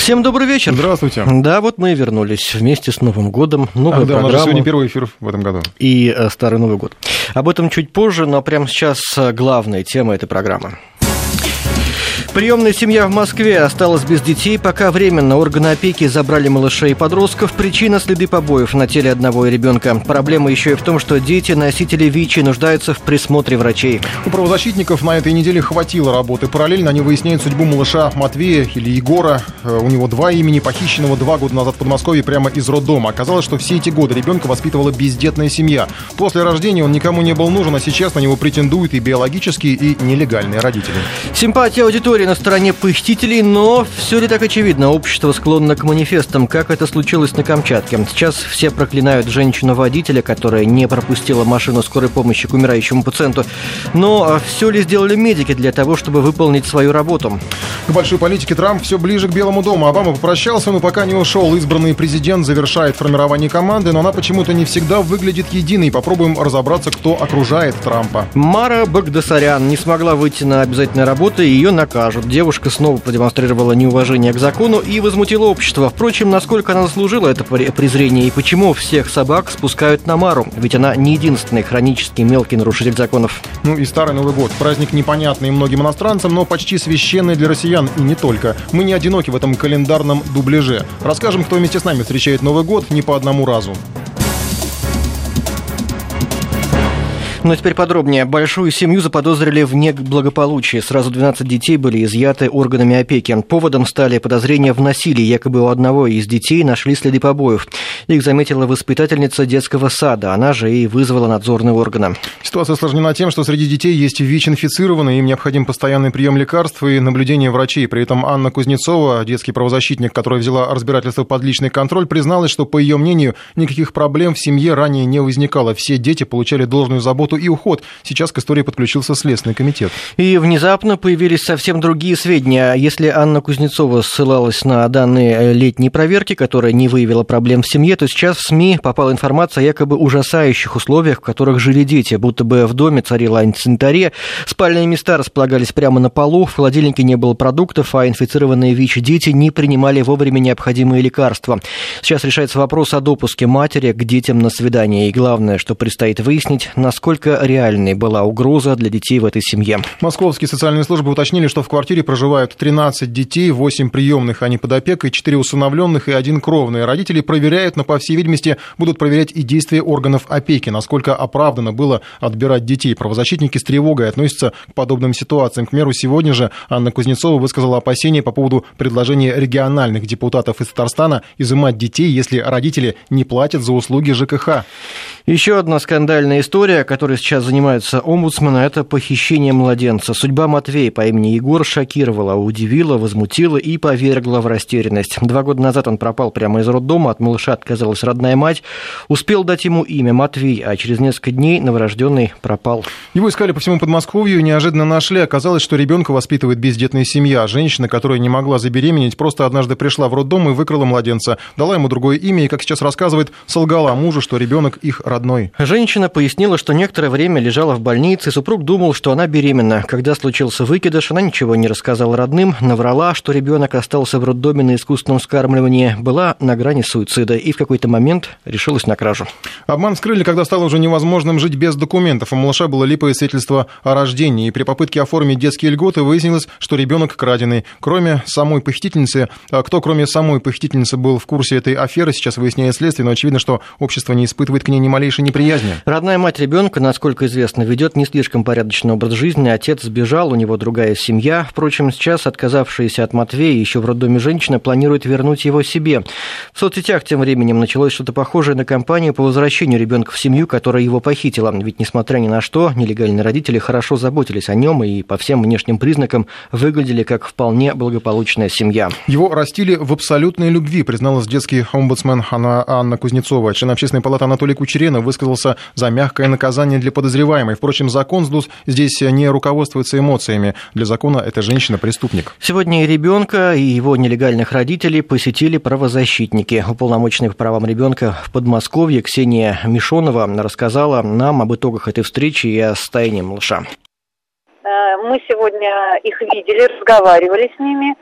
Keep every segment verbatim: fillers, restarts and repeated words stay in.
Всем добрый вечер. Здравствуйте. Да, вот мы и вернулись вместе с Новым годом. Новая а, да, программа. У нас же сегодня первый эфир в этом году. И э, Старый Новый год. Об этом чуть позже, но прямо сейчас главная тема этой программы. Приемная семья в Москве осталась без детей, пока временно органы опеки забрали малышей и подростков. Причина – следы побоев на теле одного ребенка. Проблема еще и в том, что дети, носители ВИЧ, нуждаются в присмотре врачей. У правозащитников на этой неделе хватило работы. Параллельно они выясняют судьбу малыша Матвея или Егора. У него два имени, похищенного два года назад в Подмосковье прямо из роддома. Оказалось, что все эти годы ребенка воспитывала бездетная семья. После рождения он никому не был нужен, а сейчас на него претендуют и биологические, и нелегальные родители. Симпатия аудитории на стороне похитителей, но все ли так очевидно? Общество склонно к манифестам, как это случилось на Камчатке. Сейчас все проклинают женщину-водителя, которая не пропустила машину скорой помощи к умирающему пациенту. Но все ли сделали медики для того, чтобы выполнить свою работу? К большой политике Трамп все ближе к Белому дому. Обама попрощался, но пока не ушел. Избранный президент завершает формирование команды, но она почему-то не всегда выглядит единой. Попробуем разобраться, кто окружает Трампа. Мара Багдасарян не смогла выйти на обязательные работы, и ее накажут. Девушка снова продемонстрировала неуважение к закону и возмутила общество. Впрочем, насколько она заслужила это презрение и почему всех собак спускают на Мару? Ведь она не единственный хронический мелкий нарушитель законов. Ну и Старый Новый год. Праздник непонятный многим иностранцам, но почти священный для россиян и не только. Мы не одиноки в этом календарном дубляже. Расскажем, кто вместе с нами встречает Новый год не по одному разу. Но теперь подробнее. Большую семью заподозрили в неблагополучии. Сразу двенадцать детей были изъяты органами опеки. Поводом стали подозрения в насилии. Якобы у одного из детей нашли следы побоев. Их заметила воспитательница детского сада. Она же и вызвала надзорные органы. Ситуация осложнена тем, что среди детей есть ВИЧ-инфицированные. Им необходим постоянный прием лекарств и наблюдение врачей. При этом Анна Кузнецова, детский правозащитник, которая взяла разбирательство под личный контроль, призналась, что, по ее мнению, никаких проблем в семье ранее не возникало. Все дети получали должную заботу и уход. Сейчас к истории подключился Следственный комитет. И внезапно появились совсем другие сведения. Если Анна Кузнецова ссылалась на данные летней проверки, которая не выявила проблем в семье, то сейчас в СМИ попала информация о якобы ужасающих условиях, в которых жили дети. Будто бы в доме царила антисанитария, спальные места располагались прямо на полу, в холодильнике не было продуктов, а инфицированные ВИЧ-дети не принимали вовремя необходимые лекарства. Сейчас решается вопрос о допуске матери к детям на свидание. И главное, что предстоит выяснить, насколько реальной была угроза для детей в этой семье. Московские социальные службы уточнили, что в квартире проживают тринадцать детей, восемь приемных, они под опекой, четыре усыновленных и один кровный. Родители проверяют, но, по всей видимости, будут проверять и действия органов опеки, насколько оправдано было отбирать детей. Правозащитники с тревогой относятся к подобным ситуациям. К примеру, сегодня же Анна Кузнецова высказала опасения по поводу предложения региональных депутатов из Татарстана изымать детей, если родители не платят за услуги ЖКХ. Еще одна скандальная история, которой сейчас занимаются омбудсмены, это похищение младенца. Судьба Матвея по имени Егор шокировала, удивила, возмутила и повергла в растерянность. Два года назад он пропал прямо из роддома, от малыша отказалась родная мать. Успел дать ему имя Матвей, а через несколько дней новорожденный пропал. Его искали по всему Подмосковью, неожиданно нашли. Оказалось, что ребенка воспитывает бездетная семья. Женщина, которая не могла забеременеть, просто однажды пришла в роддом и выкрала младенца. Дала ему другое имя и, как сейчас рассказывает, солгала мужу, что ребенок их родной. Женщина пояснила, что некоторое время лежала в больнице, супруг думал, что она беременна. Когда случился выкидыш, она ничего не рассказала родным, наврала, что ребенок остался в роддоме на искусственном вскармливании, была на грани суицида и в какой-то момент решилась на кражу. Обман вскрыли, когда стало уже невозможным жить без документов. У малыша было липовое свидетельство о рождении, и при попытке оформить детские льготы выяснилось, что ребенок краденый. Кроме самой похитительницы, кто кроме самой похитительницы был в курсе этой аферы, сейчас выясняет следствие, но очевидно, что общество не испытывает к ней ни малейшей неприязни. Родная мать ребенка, насколько известно, ведет не слишком порядочный образ жизни. Отец сбежал, у него другая семья. Впрочем, сейчас отказавшаяся от Матвея еще в роддоме женщина планирует вернуть его себе. В соцсетях тем временем началось что-то похожее на кампанию по возвращению ребенка в семью, которая его похитила. Ведь, несмотря ни на что, нелегальные родители хорошо заботились о нем и по всем внешним признакам выглядели как вполне благополучная семья. Его растили в абсолютной любви, призналась детский омбудсмен Анна Кузнецова. Член Общественной палаты Анатолий Кучеренов высказался за мягкое наказание для подозреваемой. Впрочем, закон здесь не руководствуется эмоциями. Для закона эта женщина преступник. Сегодня и ребенка, и его нелегальных родителей посетили правозащитники. Уполномоченная по правам ребенка в Подмосковье Ксения Мишонова рассказала нам об итогах этой встречи и о состоянии малыша. Мы сегодня их видели, разговаривали с ними.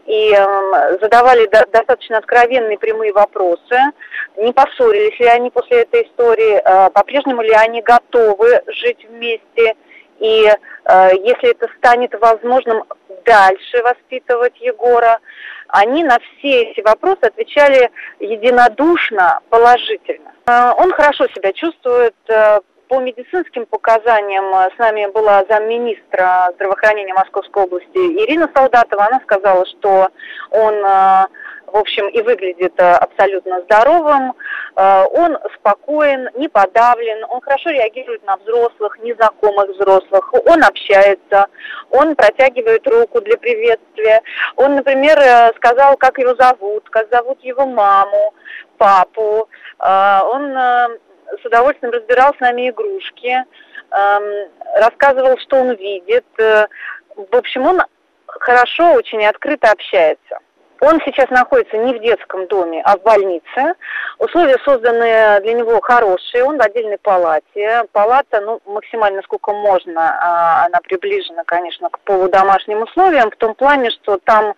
и э, задавали до, достаточно откровенные прямые вопросы, не поссорились ли они после этой истории, э, по-прежнему ли они готовы жить вместе, и э, если это станет возможным, дальше воспитывать Егора. Они на все эти вопросы отвечали единодушно, положительно. Э, он хорошо себя чувствует. Э, по медицинским показаниям с нами была замминистра здравоохранения Московской области Ирина Солдатова. Она сказала, что он, э, в общем, и выглядит абсолютно здоровым. Э, он спокоен, не подавлен, он хорошо реагирует на взрослых, незнакомых взрослых. Он общается, он протягивает руку для приветствия. Он, например, сказал, как его зовут, как зовут его маму, папу. Э, он э, с удовольствием разбирал с нами игрушки, э, рассказывал, что он видит. Э, в общем, он хорошо, очень открыто общается. Он сейчас находится не в детском доме, а в больнице. Условия созданы для него хорошие, он в отдельной палате. Палата, ну, максимально сколько можно, она приближена, конечно, к полудомашним условиям, в том плане, что там,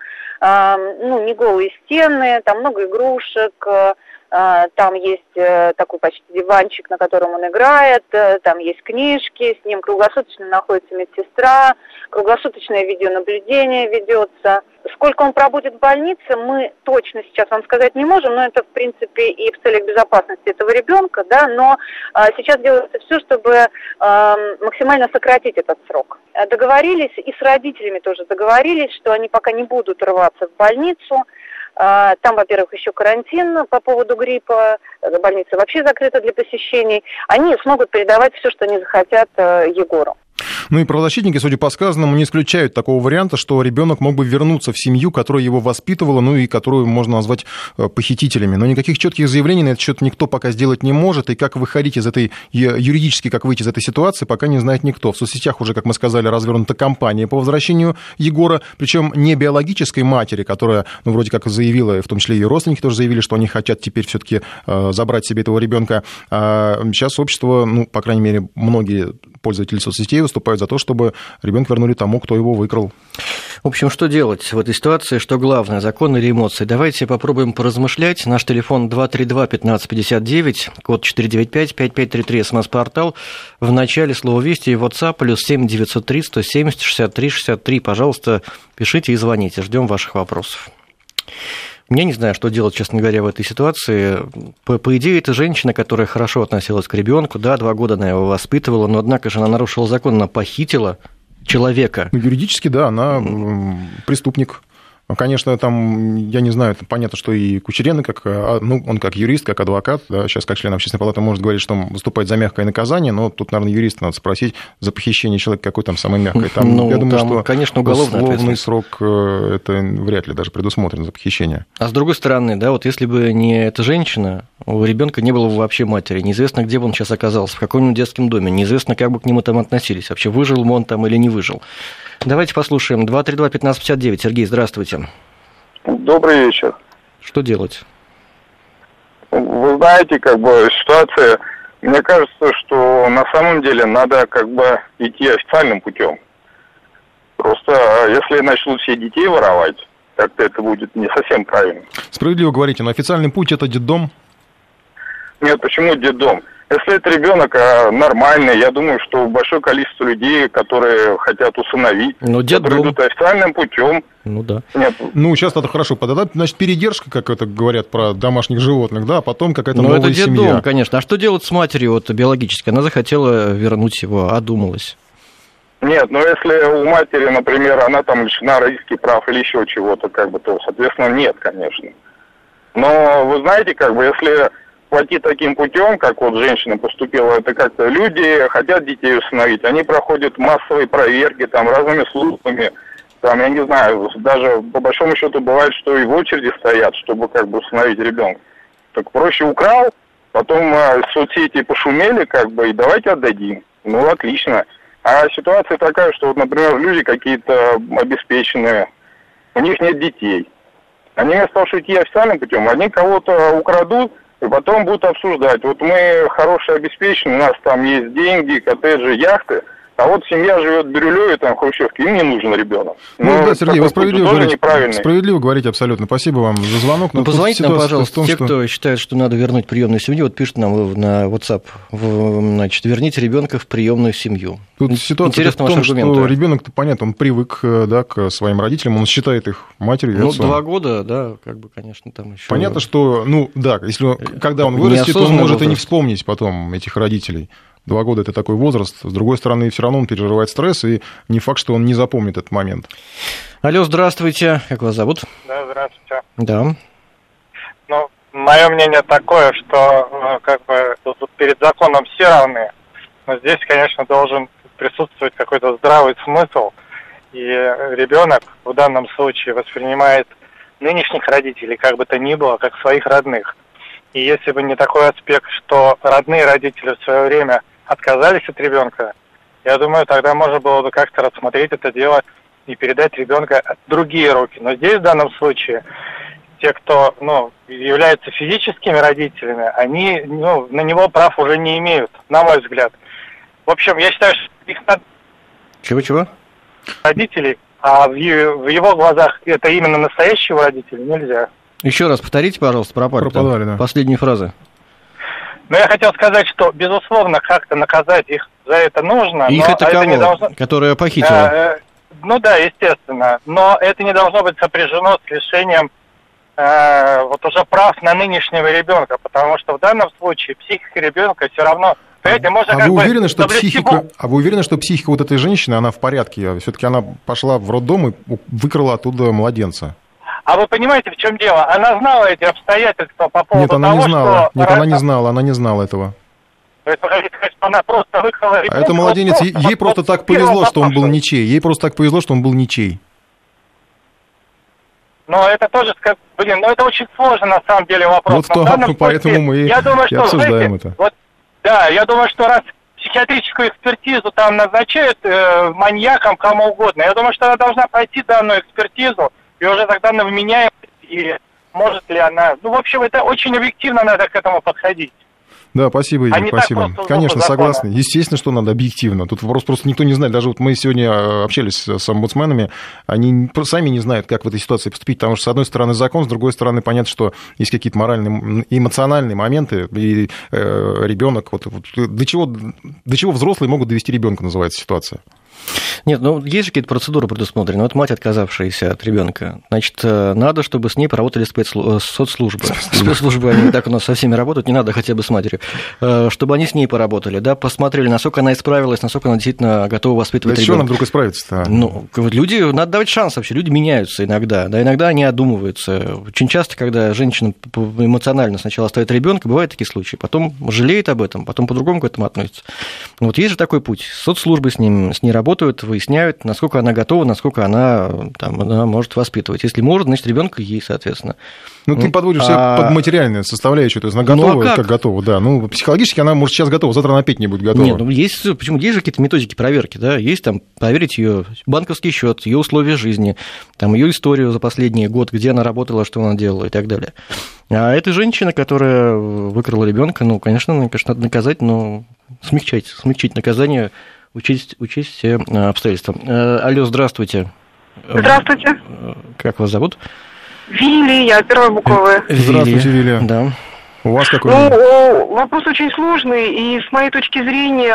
ну, не голые стены, там много игрушек, там есть такой почти диванчик, на котором он играет, там есть книжки, с ним круглосуточно находится медсестра, круглосуточное видеонаблюдение ведется. Сколько он пробудет в больнице, мы точно сейчас вам сказать не можем, но это, в принципе, и в целях безопасности этого ребенка, да, но а, сейчас делается все, чтобы а, максимально сократить этот срок. Договорились, и с родителями тоже договорились, что они пока не будут рваться в больницу. А, там, во-первых, еще карантин по поводу гриппа, больница вообще закрыта для посещений. Они смогут передавать все, что они захотят а, Егору. Ну и правозащитники, судя по сказанному, не исключают такого варианта, что ребенок мог бы вернуться в семью, которая его воспитывала, ну и которую можно назвать похитителями. Но никаких четких заявлений на этот счет никто пока сделать не может, и как выходить из этой, юридически как выйти из этой ситуации, пока не знает никто. В соцсетях уже, как мы сказали, развернута кампания по возвращению Егора, причем не биологической матери, которая, ну, вроде как заявила, в том числе и родственники тоже заявили, что они хотят теперь все-таки забрать себе этого ребенка. А сейчас общество, ну, по крайней мере, многие пользователи соцсетей выступают за то, чтобы ребенка вернули тому, кто его выкрал. В общем, что делать в этой ситуации? Что главное, закон или эмоции? Давайте попробуем поразмышлять. Наш телефон два три два пятнадцать пятьдесят девять, код четыре девять пять пять пять три три, смс-портал. В начале слова «Вести» и WhatsApp плюс семь девятьсот три сто семьдесят шестьдесят три шестьдесят три. Пожалуйста, пишите и звоните. Ждем ваших вопросов. Я не знаю, что делать, честно говоря, в этой ситуации. По, по идее, это женщина, которая хорошо относилась к ребенку, да, два года она его воспитывала, но, однако же, она нарушила закон, она похитила человека. Ну, юридически, да, она преступник. Конечно, там, я не знаю, понятно, что и Кучеренко, как, ну, он как юрист, как адвокат, да, сейчас как член общественной палаты может говорить, что он выступает за мягкое наказание, но тут, наверное, юриста надо спросить, за похищение человека какой там самый мягкий. Там, ну, я думаю, там, что конечно, условный срок это вряд ли даже предусмотрен за похищение. А с другой стороны, да, вот если бы не эта женщина, у ребенка не было бы вообще матери, неизвестно, где бы он сейчас оказался, в каком-нибудь детском доме, неизвестно, как бы к нему там относились, вообще выжил бы он там или не выжил. Давайте послушаем. два три два пятнадцать пятьдесят девять. Сергей, здравствуйте. Добрый вечер. Что делать? Вы знаете, как бы ситуация, мне кажется, что на самом деле надо как бы идти официальным путем. Просто если начнут все детей воровать, как-то это будет не совсем правильно. Справедливо говорите, но официальный путь это детдом? Нет, почему детдом? Если это ребенок нормальный, я думаю, что большое количество людей, которые хотят усыновить, ну, которые идут официальным путем. Ну да. Нет. Ну, сейчас это хорошо подадать. Значит, передержка, как это говорят про домашних животных, да, а потом какая-то ну, новая семья. Ну, это детдом, конечно. А что делать с матерью вот, биологической? Она захотела вернуть его, одумалась. Нет, но если у матери, например, она там лишена родительских прав или еще чего-то, как бы, то, соответственно, нет, конечно. Но вы знаете, как бы, если пойти таким путем, как вот женщина поступила, это как-то люди хотят детей усыновить, они проходят массовые проверки там разными службами, там, я не знаю, даже по большому счету бывает, что и в очереди стоят, чтобы как бы усыновить ребенка. Так проще украл, потом а, соцсети пошумели, как бы, и давайте отдадим. Ну, отлично. А ситуация такая, что, вот, например, люди какие-то обеспеченные, у них нет детей. Они вместо того, чтобы идти официальным путем, они кого-то украдут, и потом будут обсуждать. Вот мы хорошие, обеспеченные, у нас там есть деньги, коттеджи, яхты, А вот семья живет в Бирюлеве, там, в Хрущевке, им не нужен ребенок. Ну, ну да, Сергей, вы справедливо говорите, справедливо говорите абсолютно. Спасибо вам за звонок. Ну, позвоните нам, пожалуйста, том, те, что... кто считает, что надо вернуть приемную семью, вот пишут нам на WhatsApp, значит, верните ребенка в приемную семью. Тут ситуация в том, что ребенок-то, понятно, он привык, да, к своим родителям, он считает их матерью и отцом. Ну, два года, да, как бы, конечно, там еще... Понятно, что, ну, да, если, когда он вырастет, он может возраст. и не вспомнить потом этих родителей. Два года – это такой возраст. С другой стороны, все равно он переживает стресс, и не факт, что он не запомнит этот момент. Алло, здравствуйте. Как вас зовут? Да, здравствуйте. Да. Ну, мое мнение такое, что как бы тут перед законом все равны, но здесь, конечно, должен присутствовать какой-то здравый смысл, и ребенок в данном случае воспринимает нынешних родителей, как бы то ни было, как своих родных. И если бы не такой аспект, что родные родители в свое время отказались от ребенка, я думаю, тогда можно было бы как-то рассмотреть это дело и передать ребенка в другие руки. Но здесь в данном случае те, кто, ну, являются физическими родителями, они, ну, на него прав уже не имеют, на мой взгляд. В общем, я считаю, что их надо... Чего-чего? Родителей, а в его глазах это именно настоящего родителя нельзя. Еще раз повторите, пожалуйста, пропали. Пропадали, да. Последние фразы. Ну, я хотел сказать, что, безусловно, как-то наказать их за это нужно. Их но это кого? Это не должно... Которая похитила? Э, ну да, естественно. Но это не должно быть сопряжено с лишением э, вот уже прав на нынешнего ребенка, потому что в данном случае психика ребенка все равно... Понимаете, можно а, как вы бы уверены, что психика, а вы уверены, что психика вот этой женщины, она в порядке? Все-таки она пошла в роддом и выкрала оттуда младенца. А вы понимаете, в чем дело? Она знала эти обстоятельства по поводу Нет, она того, не знала. что... Нет, она не знала, она не знала этого. То есть, вы хотите сказать, что она просто выкрала ребенка? А это младенец, ей, ей просто так повезло, что он был ничей. Ей просто так повезло, что он был ничей. Но это тоже, блин, ну это очень сложно на самом деле вопрос. Вот то, поэтому мы и, я думаю, и что, обсуждаем знаете, это. Вот, да, я думаю, что раз психиатрическую экспертизу там назначают э, маньякам, кому угодно, я думаю, что она должна пройти данную экспертизу, и уже тогда мы меняем, и может ли она... Ну, в общем, это очень объективно надо к этому подходить. Да, спасибо, Игорь, а спасибо. Конечно, согласны. Естественно, что надо объективно. Тут вопрос просто никто не знает. Даже вот мы сегодня общались с омбудсменами, они сами не знают, как в этой ситуации поступить, потому что, с одной стороны, закон, с другой стороны, понятно, что есть какие-то моральные, эмоциональные моменты, и э, ребенок, вот, вот, до чего, до чего взрослые могут довести ребенка, называется ситуация. Нет, ну есть же какие-то процедуры предусмотрены. Вот мать, отказавшаяся от ребенка, значит, надо, чтобы с ней поработали спецслужбы. Спецслужбы, они так у нас со всеми работают, не надо хотя бы с матерью. Чтобы они с ней поработали, да, посмотрели, насколько она исправилась, насколько она действительно готова воспитывать да ребенка. Что она вдруг исправится-то? Ну, люди, надо давать шанс вообще, люди меняются иногда, да, иногда они одумываются. Очень часто, когда женщина эмоционально сначала оставит ребенка, бывают такие случаи, потом жалеет об этом, потом по-другому к этому относится. Вот есть же такой путь. Соцслужбы с, ним, с ней работают, выясняют, насколько она готова, насколько она, там, она может воспитывать. Если может, значит, ребенка ей, соответственно. Ну, ты подводишь а... под материальную составляющую, то есть она готова, ну, а как? как готова, да. Ну, психологически она, может, сейчас готова, завтра она опять не будет готова. Нет, ну, есть, почему? Есть же какие-то методики проверки, да, есть там проверить ее банковский счет, ее условия жизни, там, ее историю за последний год, где она работала, что она делала и так далее. А эта женщина, которая выкрала ребенка, ну, конечно, конечно, надо наказать, но смягчать, смягчить наказание, учесть, учесть все обстоятельства. Алло, здравствуйте. Здравствуйте. Как вас зовут? Вилли, я первая буква. Здравствуйте, Вилли. Да. У вас какой? Ну, вопрос очень сложный, и с моей точки зрения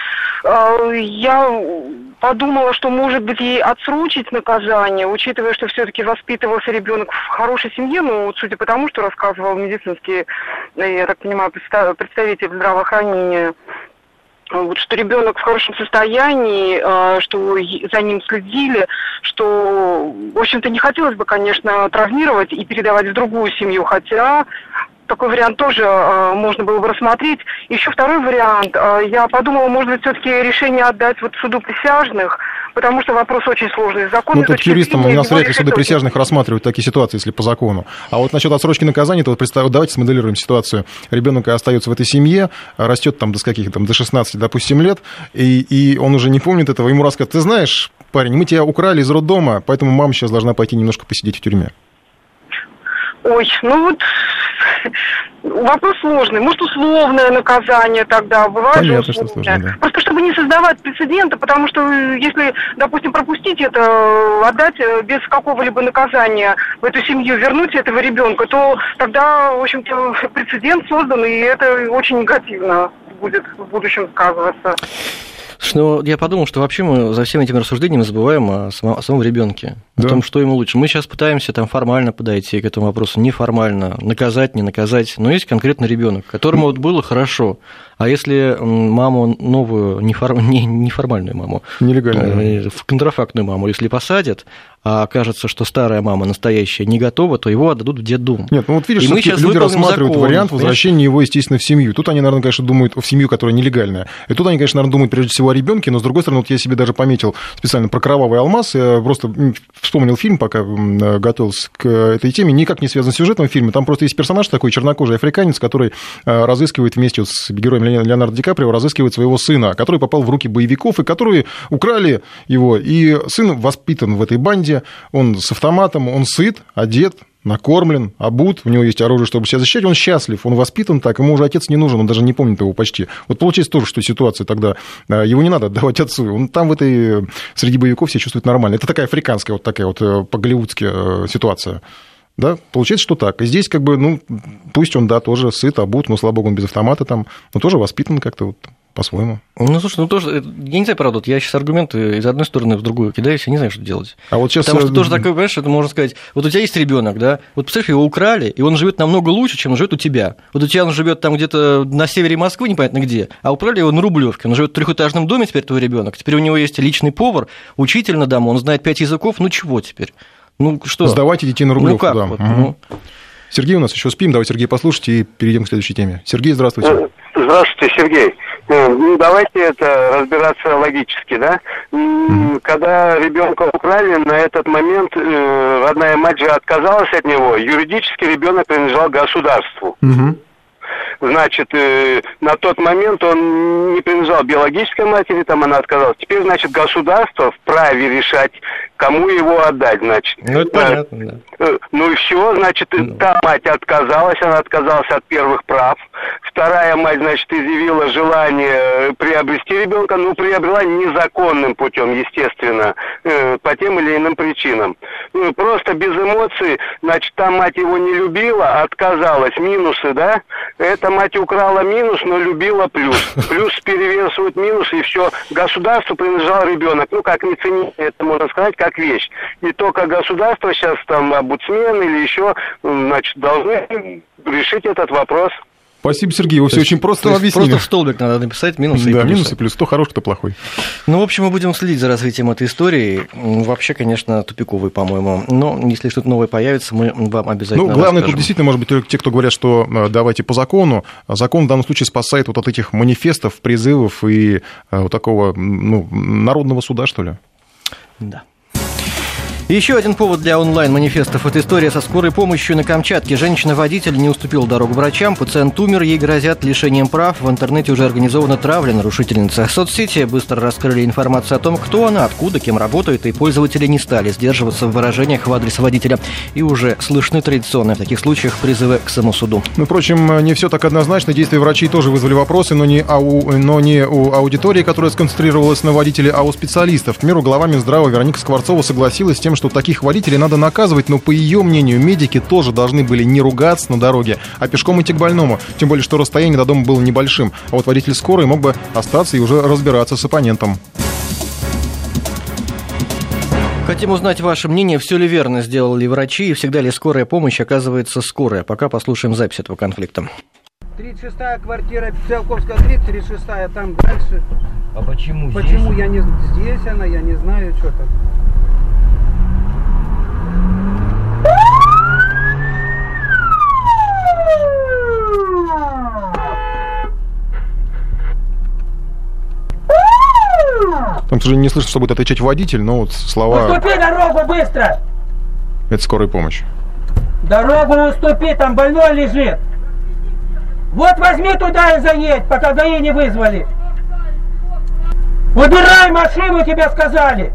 я подумала, что, может быть, ей отсрочить наказание, учитывая, что все-таки воспитывался ребенок в хорошей семье, ну, вот судя по тому, что рассказывал медицинский, я так понимаю, представитель здравоохранения, вот, что ребенок в хорошем состоянии, что за ним следили, что, в общем-то, не хотелось бы, конечно, травмировать и передавать в другую семью, хотя такой вариант тоже э, можно было бы рассмотреть. Еще второй вариант. Э, я подумала, может быть, все-таки решение отдать вот суду присяжных, потому что вопрос очень сложный. Закон, ну, тут юристам у нас вряд ли суды присяжных рассматривают такие ситуации, если по закону. А вот насчет отсрочки наказания, то вот представь, давайте смоделируем ситуацию. Ребенок остается в этой семье, растет там до скольких там, до шестнадцати, допустим, лет, и, и он уже не помнит этого. Ему рассказывают: ты знаешь, парень, мы тебя украли из роддома, поэтому мама сейчас должна пойти немножко посидеть в тюрьме. Ой, ну вот вопрос сложный. Может, условное наказание тогда, бывает Понятно, же условное. что сложно, да. Просто чтобы не создавать прецедента, потому что если, допустим, пропустить это, отдать без какого-либо наказания в эту семью, вернуть этого ребенка, то тогда, в общем-то, прецедент создан, и это очень негативно будет в будущем сказываться. Ну, я подумал, что вообще мы за всеми этими рассуждениями забываем о самом, о самом ребенке, да. О том, что ему лучше. Мы сейчас пытаемся там формально подойти к этому вопросу, неформально, наказать, не наказать. Но есть конкретно ребенок, которому вот было хорошо. А если маму новую, неформ... не, неформальную маму, нелегальную, контрафактную маму, если посадят, а окажется, что старая мама настоящая не готова, то его отдадут в детдом. Нет, ну вот видишь, люди рассматривают закон, вариант возвращения понимаешь? Его, естественно, в семью. Тут они, наверное, конечно, думают в семью, которая нелегальная. И тут они, конечно, наверное, думают прежде всего о ребенке, но, с другой стороны, вот я себе даже пометил специально про кровавый алмаз. Я просто вспомнил фильм, пока готовился к этой теме. Никак не связан с сюжетом фильма. Там просто есть персонаж такой, чернокожий африканец, который разыскивает вместе с героем Леонардо Ди Каприо, разыскивает своего сына, который попал в руки боевиков, и которые украли его. И сын воспитан в этой банде, он с автоматом, он сыт, одет, накормлен, обут, у него есть оружие, чтобы себя защищать, он счастлив, он воспитан так, ему уже отец не нужен, он даже не помнит его почти. Вот получается тоже, что ситуация тогда, его не надо отдавать отцу, он там в этой, среди боевиков себя чувствует нормально. Это такая африканская, вот такая вот по-голливудски ситуация. Да, получается, что так. И здесь как бы, ну, пусть он, да, тоже сыт, обут, но, слава богу, он без автомата там, но тоже воспитан как-то вот по-своему. Ну, слушай, ну тоже, я не знаю, правда, вот я сейчас аргументы из одной стороны в другую кидаюсь, я не знаю, что делать. А вот сейчас... Потому что тоже такое, понимаешь, это можно сказать, вот у тебя есть ребенок, да, вот представляешь, его украли, и он живет намного лучше, чем он живет у тебя. Вот у тебя он живет там где-то на севере Москвы, непонятно где, а украли его на Рублевке. Он живет в трехэтажном доме, теперь твой ребенок. Теперь у него есть личный повар, учитель на дому, он знает пять языков, ну чего теперь? Ну что? Сдавайте детей на Рублевку, ну, как, да. Вот, угу. Ну... Сергей у нас еще спим, давай, Сергей, послушайте и перейдем к следующей теме. Сергей, здравствуйте. Здравствуйте, Сергей. Ну, давайте это разбираться логически, да? Mm-hmm. Когда ребенка украли, на этот момент э, родная мать же отказалась от него. Юридически ребенок принадлежал государству. Mm-hmm. Значит, э, на тот момент он не принадлежал биологической матери, там она отказалась. Теперь, значит, государство вправе решать, кому его отдать, значит. Ну, это понятно, да. Э, ну и все, значит, ну. Та мать отказалась, она отказалась от первых прав. Вторая мать, значит, изъявила желание приобрести ребенка, но приобрела незаконным путем, естественно, э, по тем или иным причинам. Ну, просто без эмоций, значит, та мать его не любила, отказалась, минусы, да? Эта мать украла минус, но любила плюс. Плюс перевешивает минус, и все. Государству принадлежал ребенок. Ну, как не ценить, это можно сказать, как вещь. И только государство сейчас, там, омбудсмен или еще, значит, должны решить этот вопрос. Спасибо, Сергей, вы все очень просто объяснили. Просто в столбик надо написать минусы да, и плюсы. Да, минусы, плюс, кто хороший, кто плохой. Ну, в общем, мы будем следить за развитием этой истории. Вообще, конечно, тупиковый, по-моему. Но если что-то новое появится, мы вам обязательно Ну, главное, расскажем. Тут действительно, может быть, те, кто говорят, что давайте по закону. Закон в данном случае спасает вот от этих манифестов, призывов и вот такого, ну, народного суда, что ли. Да. Еще один повод для онлайн-манифестов – это история со скорой помощью на Камчатке. Женщина-водитель не уступила дорогу врачам, пациент умер, ей грозят лишением прав. В интернете уже организована травля нарушительницы. Соцсети быстро раскрыли информацию о том, кто она, откуда, кем работает, и пользователи не стали сдерживаться в выражениях в адрес водителя. И уже слышны традиционные в таких случаях призывы к самосуду. Ну, впрочем, не все так однозначно. Действия врачей тоже вызвали вопросы, но не, у, но не у аудитории, которая сконцентрировалась на водителе, а у специалистов. К примеру, глава Минздрава Вероника Скворцова согласилась с тем, что таких водителей надо наказывать, но, по ее мнению, медики тоже должны были не ругаться на дороге, а пешком идти к больному. Тем более, что расстояние до дома было небольшим. А вот водитель скорой мог бы остаться и уже разбираться с оппонентом. Хотим узнать ваше мнение, все ли верно сделали врачи, и всегда ли скорая помощь оказывается скорая. Пока послушаем запись этого конфликта. тридцать шестая квартира, Циолковская три, тридцать шестая, там дальше. А почему здесь? Почему я не здесь она, я не знаю, что там. Там, к сожалению, не слышно, что будет отвечать водитель, но вот слова... Уступи дорогу быстро! Это скорая помощь. Дорогу уступи, там больной лежит! Вот возьми туда и заедь, пока ГАИ не вызвали! Убирай машину, тебе сказали!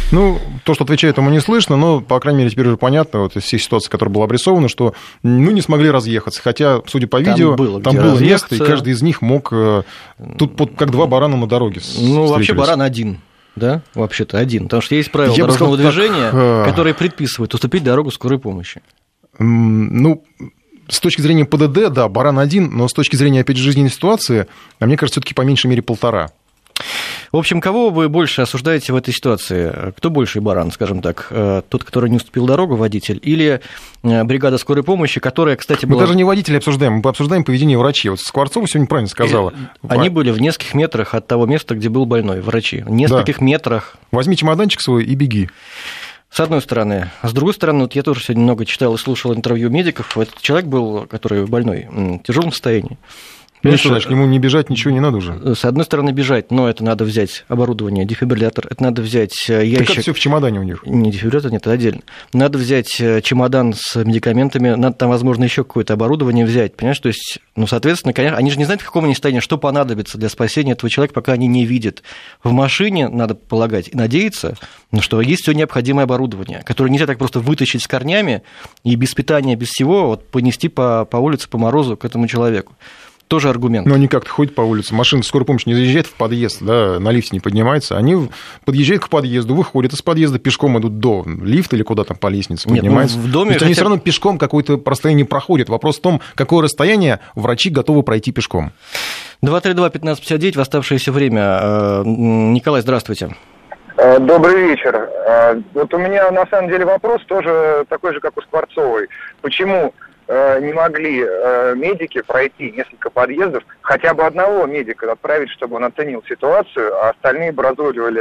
Ну, то, что отвечает, ему не слышно, но, по крайней мере, теперь уже понятно, вот из всей ситуации, которая была обрисована, что ну, не смогли разъехаться. Хотя, судя по видео, там было, там было место, и каждый из них мог... Тут вот как два барана на дороге Ну, вообще баран один. Да, вообще-то один. Потому что есть правила Я дорожного сказал, движения, так... которые предписывают уступить дорогу скорой помощи. Ну, с точки зрения ПДД, да, баран один, но с точки зрения, опять же, жизненной ситуации, мне кажется, все-таки по меньшей мере полтора. В общем, кого вы больше осуждаете в этой ситуации? Кто больший баран, скажем так? Тот, который не уступил дорогу, водитель, или бригада скорой помощи, которая, кстати, была... Мы даже не водителей обсуждаем, мы обсуждаем поведение врачей. Вот Скворцова сегодня правильно сказала. Они были в нескольких метрах от того места, где был больной, врачи. В нескольких да. метрах. Возьми чемоданчик свой и беги. С одной стороны. А с другой стороны, вот я тоже сегодня много читал и слушал интервью медиков. Этот человек был, который больной, в тяжелом состоянии. Ну что, значит, ему не бежать, ничего не надо уже? С одной стороны, бежать, но это надо взять оборудование, дефибриллятор, это надо взять ящик... Так это все в чемодане у них? Не, дефибриллятор нет, это отдельно. Надо взять чемодан с медикаментами, надо там, возможно, еще какое-то оборудование взять, понимаешь? То есть, ну, соответственно, конечно, они же не знают, в каком они состоянии, что понадобится для спасения этого человека, пока они не видят. В машине, надо полагать, и надеяться, что есть все необходимое оборудование, которое нельзя так просто вытащить с корнями и без питания, без всего вот, понести по, по улице, по морозу к этому человеку. Тоже аргумент. Но они как-то ходят по улице, машина скорой помощи не заезжает в подъезд, да, на лифте не поднимается, они подъезжают к подъезду, выходят из подъезда, пешком идут до лифта или куда там по лестнице Нет, поднимаются. Ну, в доме хотя... они все равно пешком какое-то расстояние проходят. Вопрос в том, какое расстояние врачи готовы пройти пешком. два три два пятнадцать пятьдесят девять в оставшееся время. Николай, здравствуйте. Добрый вечер. Вот у меня на самом деле вопрос тоже такой же, как у Скворцовой. Почему не могли медики пройти несколько подъездов, хотя бы одного медика отправить, чтобы он оценил ситуацию, а остальные бы разруливали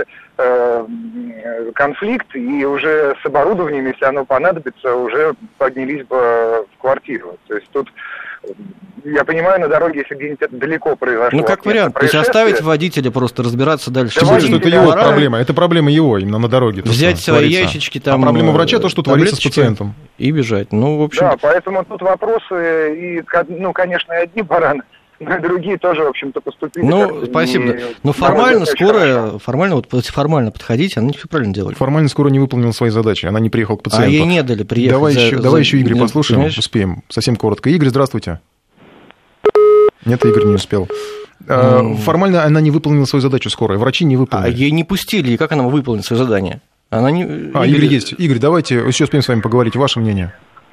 конфликт, и уже с оборудованием, если оно понадобится, уже поднялись бы в квартиру. То есть тут, я понимаю, на дороге, если где-нибудь далеко произошло... Ну, как вариант, то есть оставить водителя просто разбираться дальше. Тем более, что это его проблема, это проблема его, именно на дороге. Взять свои ящички там... А проблема врача то, что творится с пациентом. И бежать. Ну, в общем... Да, поэтому тут вопросы, и, ну, конечно, и одни бараны, но и другие тоже, в общем-то, поступили. Ну, спасибо. Не... Но формально скорая, формально, вот формально подходить, она все правильно делали. Формально скорая не выполнила свои задачи, она не приехала к пациенту. А ей не дали приехать. Давай, за, еще, за... давай еще Игоря Нет, послушаем, понимаешь? Успеем. Совсем коротко. Игорь, здравствуйте. Нет, Игорь не успел. Mm. Формально она не выполнила свою задачу скорая, врачи не выполнили. А ей не пустили, и как она выполнит свое задание? Она не... А, Игорь есть. Игорь, давайте еще успеем с вами поговорить. Ваше мнение.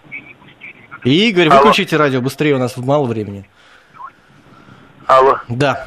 Игорь, Алло. Выключите радио быстрее, у нас мало времени. Алло. Да.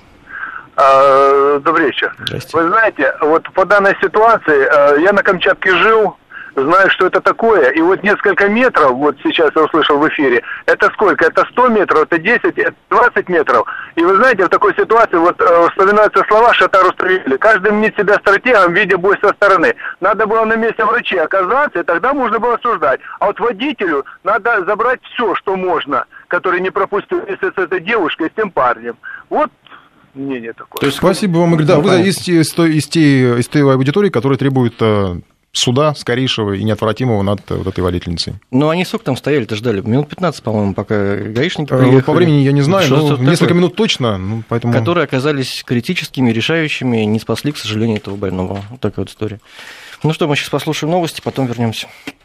А, добрый вечер. Вы знаете, вот по данной ситуации, я на Камчатке жил, знаю, что это такое, и вот несколько метров, вот сейчас я услышал в эфире, это сколько? Это сто метров, это десять, это двадцать метров. И вы знаете, в такой ситуации вот э, вспоминаются слова Шатару Стравили. Каждый мнит себя стратегом, видя бой со стороны. Надо было на месте врачей оказаться, и тогда можно было осуждать. А вот водителю надо забрать все, что можно, который не пропустил вместе с этой девушкой, с тем парнем. Вот мнение такое. То есть, спасибо вам, Игорь. Да, вы из, из, той, из, той, из той аудитории, которая требует суда скорейшего и неотвратимого над вот этой водительницей. Ну, они сколько там стояли-то ждали? Минут пятнадцать, по-моему, пока гаишники приехали. По времени я не знаю, но несколько такое? минут точно. Ну, поэтому... Которые оказались критическими, решающими, не спасли, к сожалению, этого больного. Вот такая вот история. Ну что, мы сейчас послушаем новости, потом вернемся.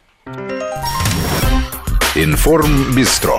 Информбистро.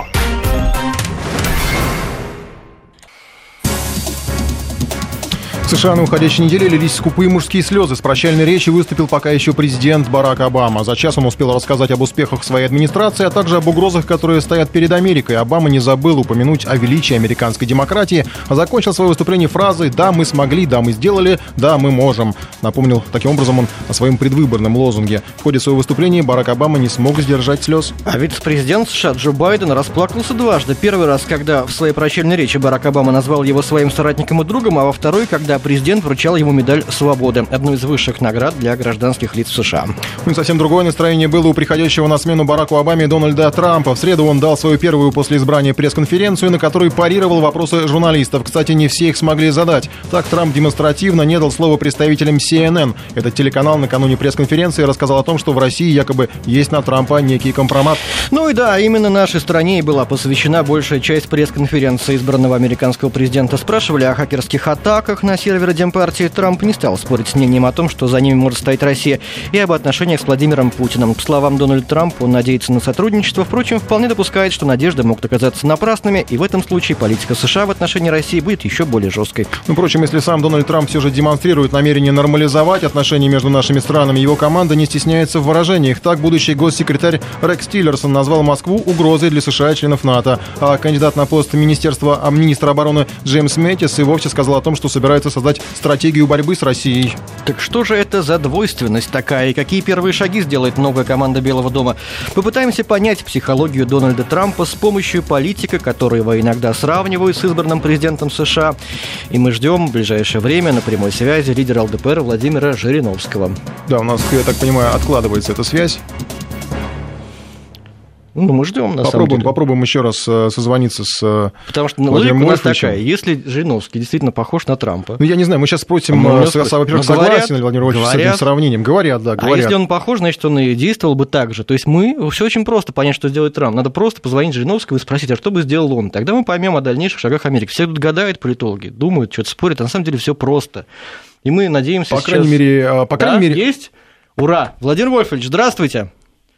В США на уходящей неделе лились скупые мужские слезы. С прощальной речи выступил пока еще президент Барак Обама. За час он успел рассказать об успехах своей администрации, а также об угрозах, которые стоят перед Америкой. Обама не забыл упомянуть о величии американской демократии, а закончил свое выступление фразой «Да, мы смогли, да, мы сделали, да, мы можем». Напомнил таким образом он о своем предвыборном лозунге. В ходе своего выступления Барак Обама не смог сдержать слез. А вице-президент США Джо Байден расплакался дважды. Первый раз, когда в своей прощальной речи Барак Обама назвал его своим соратником и другом, а во второй, когда президент вручал ему медаль свободы, одну из высших наград для гражданских лиц в США. Ну и совсем другое настроение было у приходящего на смену Бараку Обаме Дональда Трампа. В среду он дал свою первую после избрания пресс-конференцию, на которой парировал вопросы журналистов. Кстати, не все их смогли задать. Так Трамп демонстративно не дал слова представителям си эн эн. Этот телеканал накануне пресс-конференции рассказал о том, что в России якобы есть на Трампа некий компромат. Ну и да, именно нашей стране и была посвящена большая часть пресс-конференции избранного американского президента. Спрашивали о хакерских атаках на сервера Демпартии, Трамп не стал спорить с мнением о том, что за ними может стоять Россия, и об отношениях с Владимиром Путиным. По словам Дональда Трампа, он надеется на сотрудничество, впрочем, вполне допускает, что надежды могут оказаться напрасными, и в этом случае политика США в отношении России будет еще более жесткой. Ну, впрочем, если сам Дональд Трамп все же демонстрирует намерение нормализовать отношения между нашими странами, его команда не стесняется в выражениях. Так, будущий госсекретарь Рекс Тиллерсон назвал Москву угрозой для США и членов НАТО. А кандидат на пост министерства, а министра обороны Джеймс Мэттис и вовсе сказал о том, что собирается создать стратегию борьбы с Россией. Так что же это за двойственность такая, и какие первые шаги сделает новая команда Белого дома? Попытаемся понять психологию Дональда Трампа с помощью политика, который его иногда сравнивают с избранным президентом США. И мы ждем в ближайшее время на прямой связи лидера ЛДПР Владимира Жириновского. Да, у нас, я так понимаю, откладывается эта связь. Ну, мы ждем, на попробуем, самом деле. Попробуем еще раз созвониться с Потому что логика у нас такая. Если Жириновский действительно похож на Трампа... Ну, я не знаю, мы сейчас спросим, мы во-первых, ну, согласен ли Владимир Вольфович с этим сравнением. Говорят, да, говорят. А если он похож, значит, он и действовал бы так же. То есть мы... Все очень просто понять, что сделает Трамп. Надо просто позвонить Жириновскому и спросить, а что бы сделал он? Тогда мы поймем о дальнейших шагах Америки. Все тут гадают, политологи, думают, что-то спорят, а на самом деле все просто. И мы надеемся по сейчас... Крайней мере, по крайней да, мере... есть? Ура! Владимир Вольфович, здравствуйте!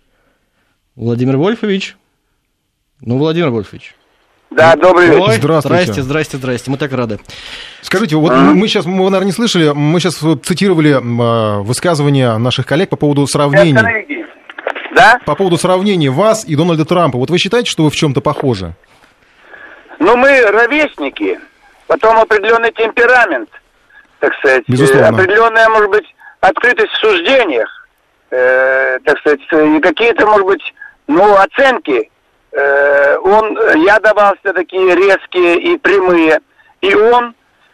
Владимир Вольфович... Ну, Владимир Вольфович. Да, добрый вечер. Ой, здравствуйте. Здрасте, здрасте, здрасте. Мы так рады. Скажите, вот а? мы сейчас, мы, наверное, не слышали, мы сейчас цитировали э, высказывания наших коллег по поводу сравнений. Да? По поводу сравнения вас и Дональда Трампа. Вот вы считаете, что вы в чем-то похожи? Ну, мы ровесники, потом определенный темперамент, так сказать. Безусловно. Определенная, может быть, открытость в суждениях, э, так сказать, и какие-то, может быть, ну, оценки. Он, я давался такие резкие и прямые, и он,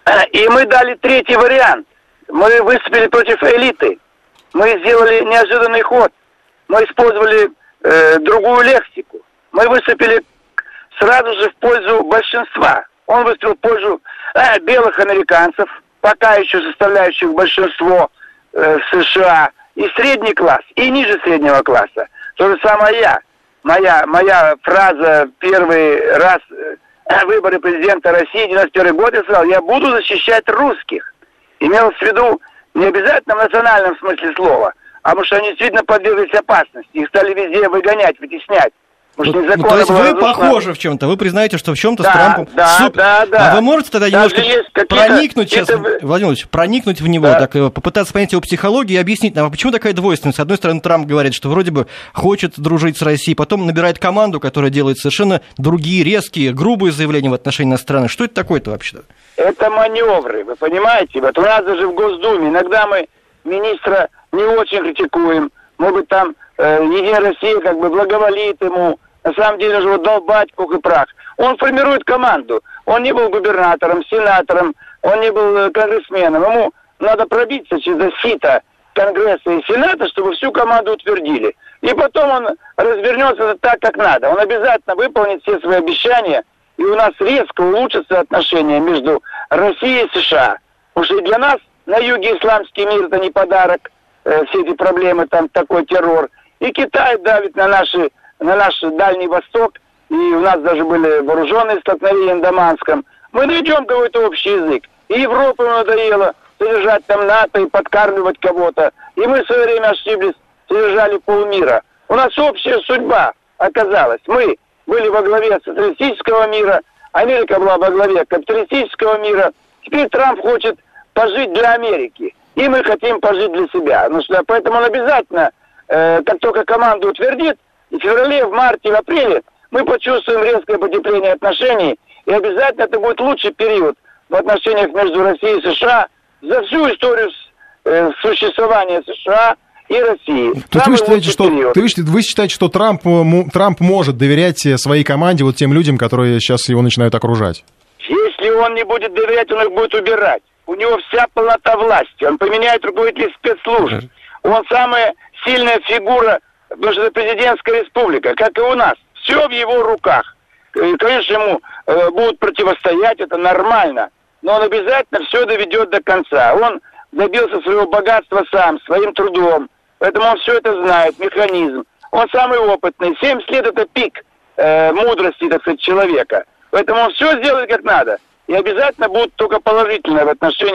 и мы дали третий вариант. Мы выступили против элиты, мы сделали неожиданный ход, мы использовали э, другую лексику, мы выступили сразу же в пользу большинства. Он выступил в пользу э, белых американцев, пока еще составляющих большинство э, в США, и средний класс, и ниже среднего класса. То же самое я. Моя, моя фраза первый раз э, выборы президента России девяносто первый год, я сказал, я буду защищать русских. Имел в виду не обязательно в национальном смысле слова, а потому что они действительно подверглись опасности. Их стали везде выгонять, вытеснять. Ну, ну, то есть вы разрушена... похожи в чем-то, вы признаете, что в чем-то да, с Трампом да, супер. Да, да. А вы можете тогда немножко проникнуть сейчас, Владимир Владимирович, проникнуть в него, да. так, попытаться понять его психологию и объяснить нам, а почему такая двойственность? С одной стороны, Трамп говорит, что вроде бы хочет дружить с Россией, потом набирает команду, которая делает совершенно другие, резкие, грубые заявления в отношении иностранных. Что это такое-то вообще-то? Это маневры, вы понимаете? Вот у нас даже в Госдуме иногда мы министра не очень критикуем, может быть, там э, Единая Россия как бы благоволит ему. На самом деле же вот долбать пух и прах. Он формирует команду. Он не был губернатором, сенатором, он не был конгрессменом. Ему надо пробиться через сито Конгресса и Сената, чтобы всю команду утвердили. И потом он развернется так, как надо. Он обязательно выполнит все свои обещания, и у нас резко улучшатся отношения между Россией и США. Потому что и для нас на юге исламский мир это не подарок, э, все эти проблемы, там такой террор. И Китай давит на наши на наш Дальний Восток, и у нас даже были вооруженные столкновения в Даманском. Мы найдем какой-то общий язык. И Европе надоело содержать там НАТО и подкармливать кого-то. И мы в свое время ошиблись, содержали полмира. У нас общая судьба оказалась. Мы были во главе социалистического мира, Америка была во главе капиталистического мира. Теперь Трамп хочет пожить для Америки. И мы хотим пожить для себя. Ну, что, поэтому он обязательно, э, как только команду утвердит, и в феврале, в марте, в апреле мы почувствуем резкое потепление отношений, и обязательно это будет лучший период в отношениях между Россией и США за всю историю э, существования США и России. То есть вы считаете, что, вы, вы считаете, что Трамп, Трамп может доверять своей команде, вот тем людям, которые сейчас его начинают окружать? Если он не будет доверять, он их будет убирать. У него вся полнота власти. Он поменяет руководителей спецслужб. Он самая сильная фигура, потому что это президентская республика, как и у нас. Все в его руках. И, конечно, ему э, будут противостоять, это нормально. Но он обязательно все доведет до конца. Он добился своего богатства сам, своим трудом. Поэтому он все это знает, механизм. Он самый опытный. семьдесят лет это пик э, мудрости, так сказать, человека. Поэтому он все сделает как надо. И обязательно будет только положительное в отношениях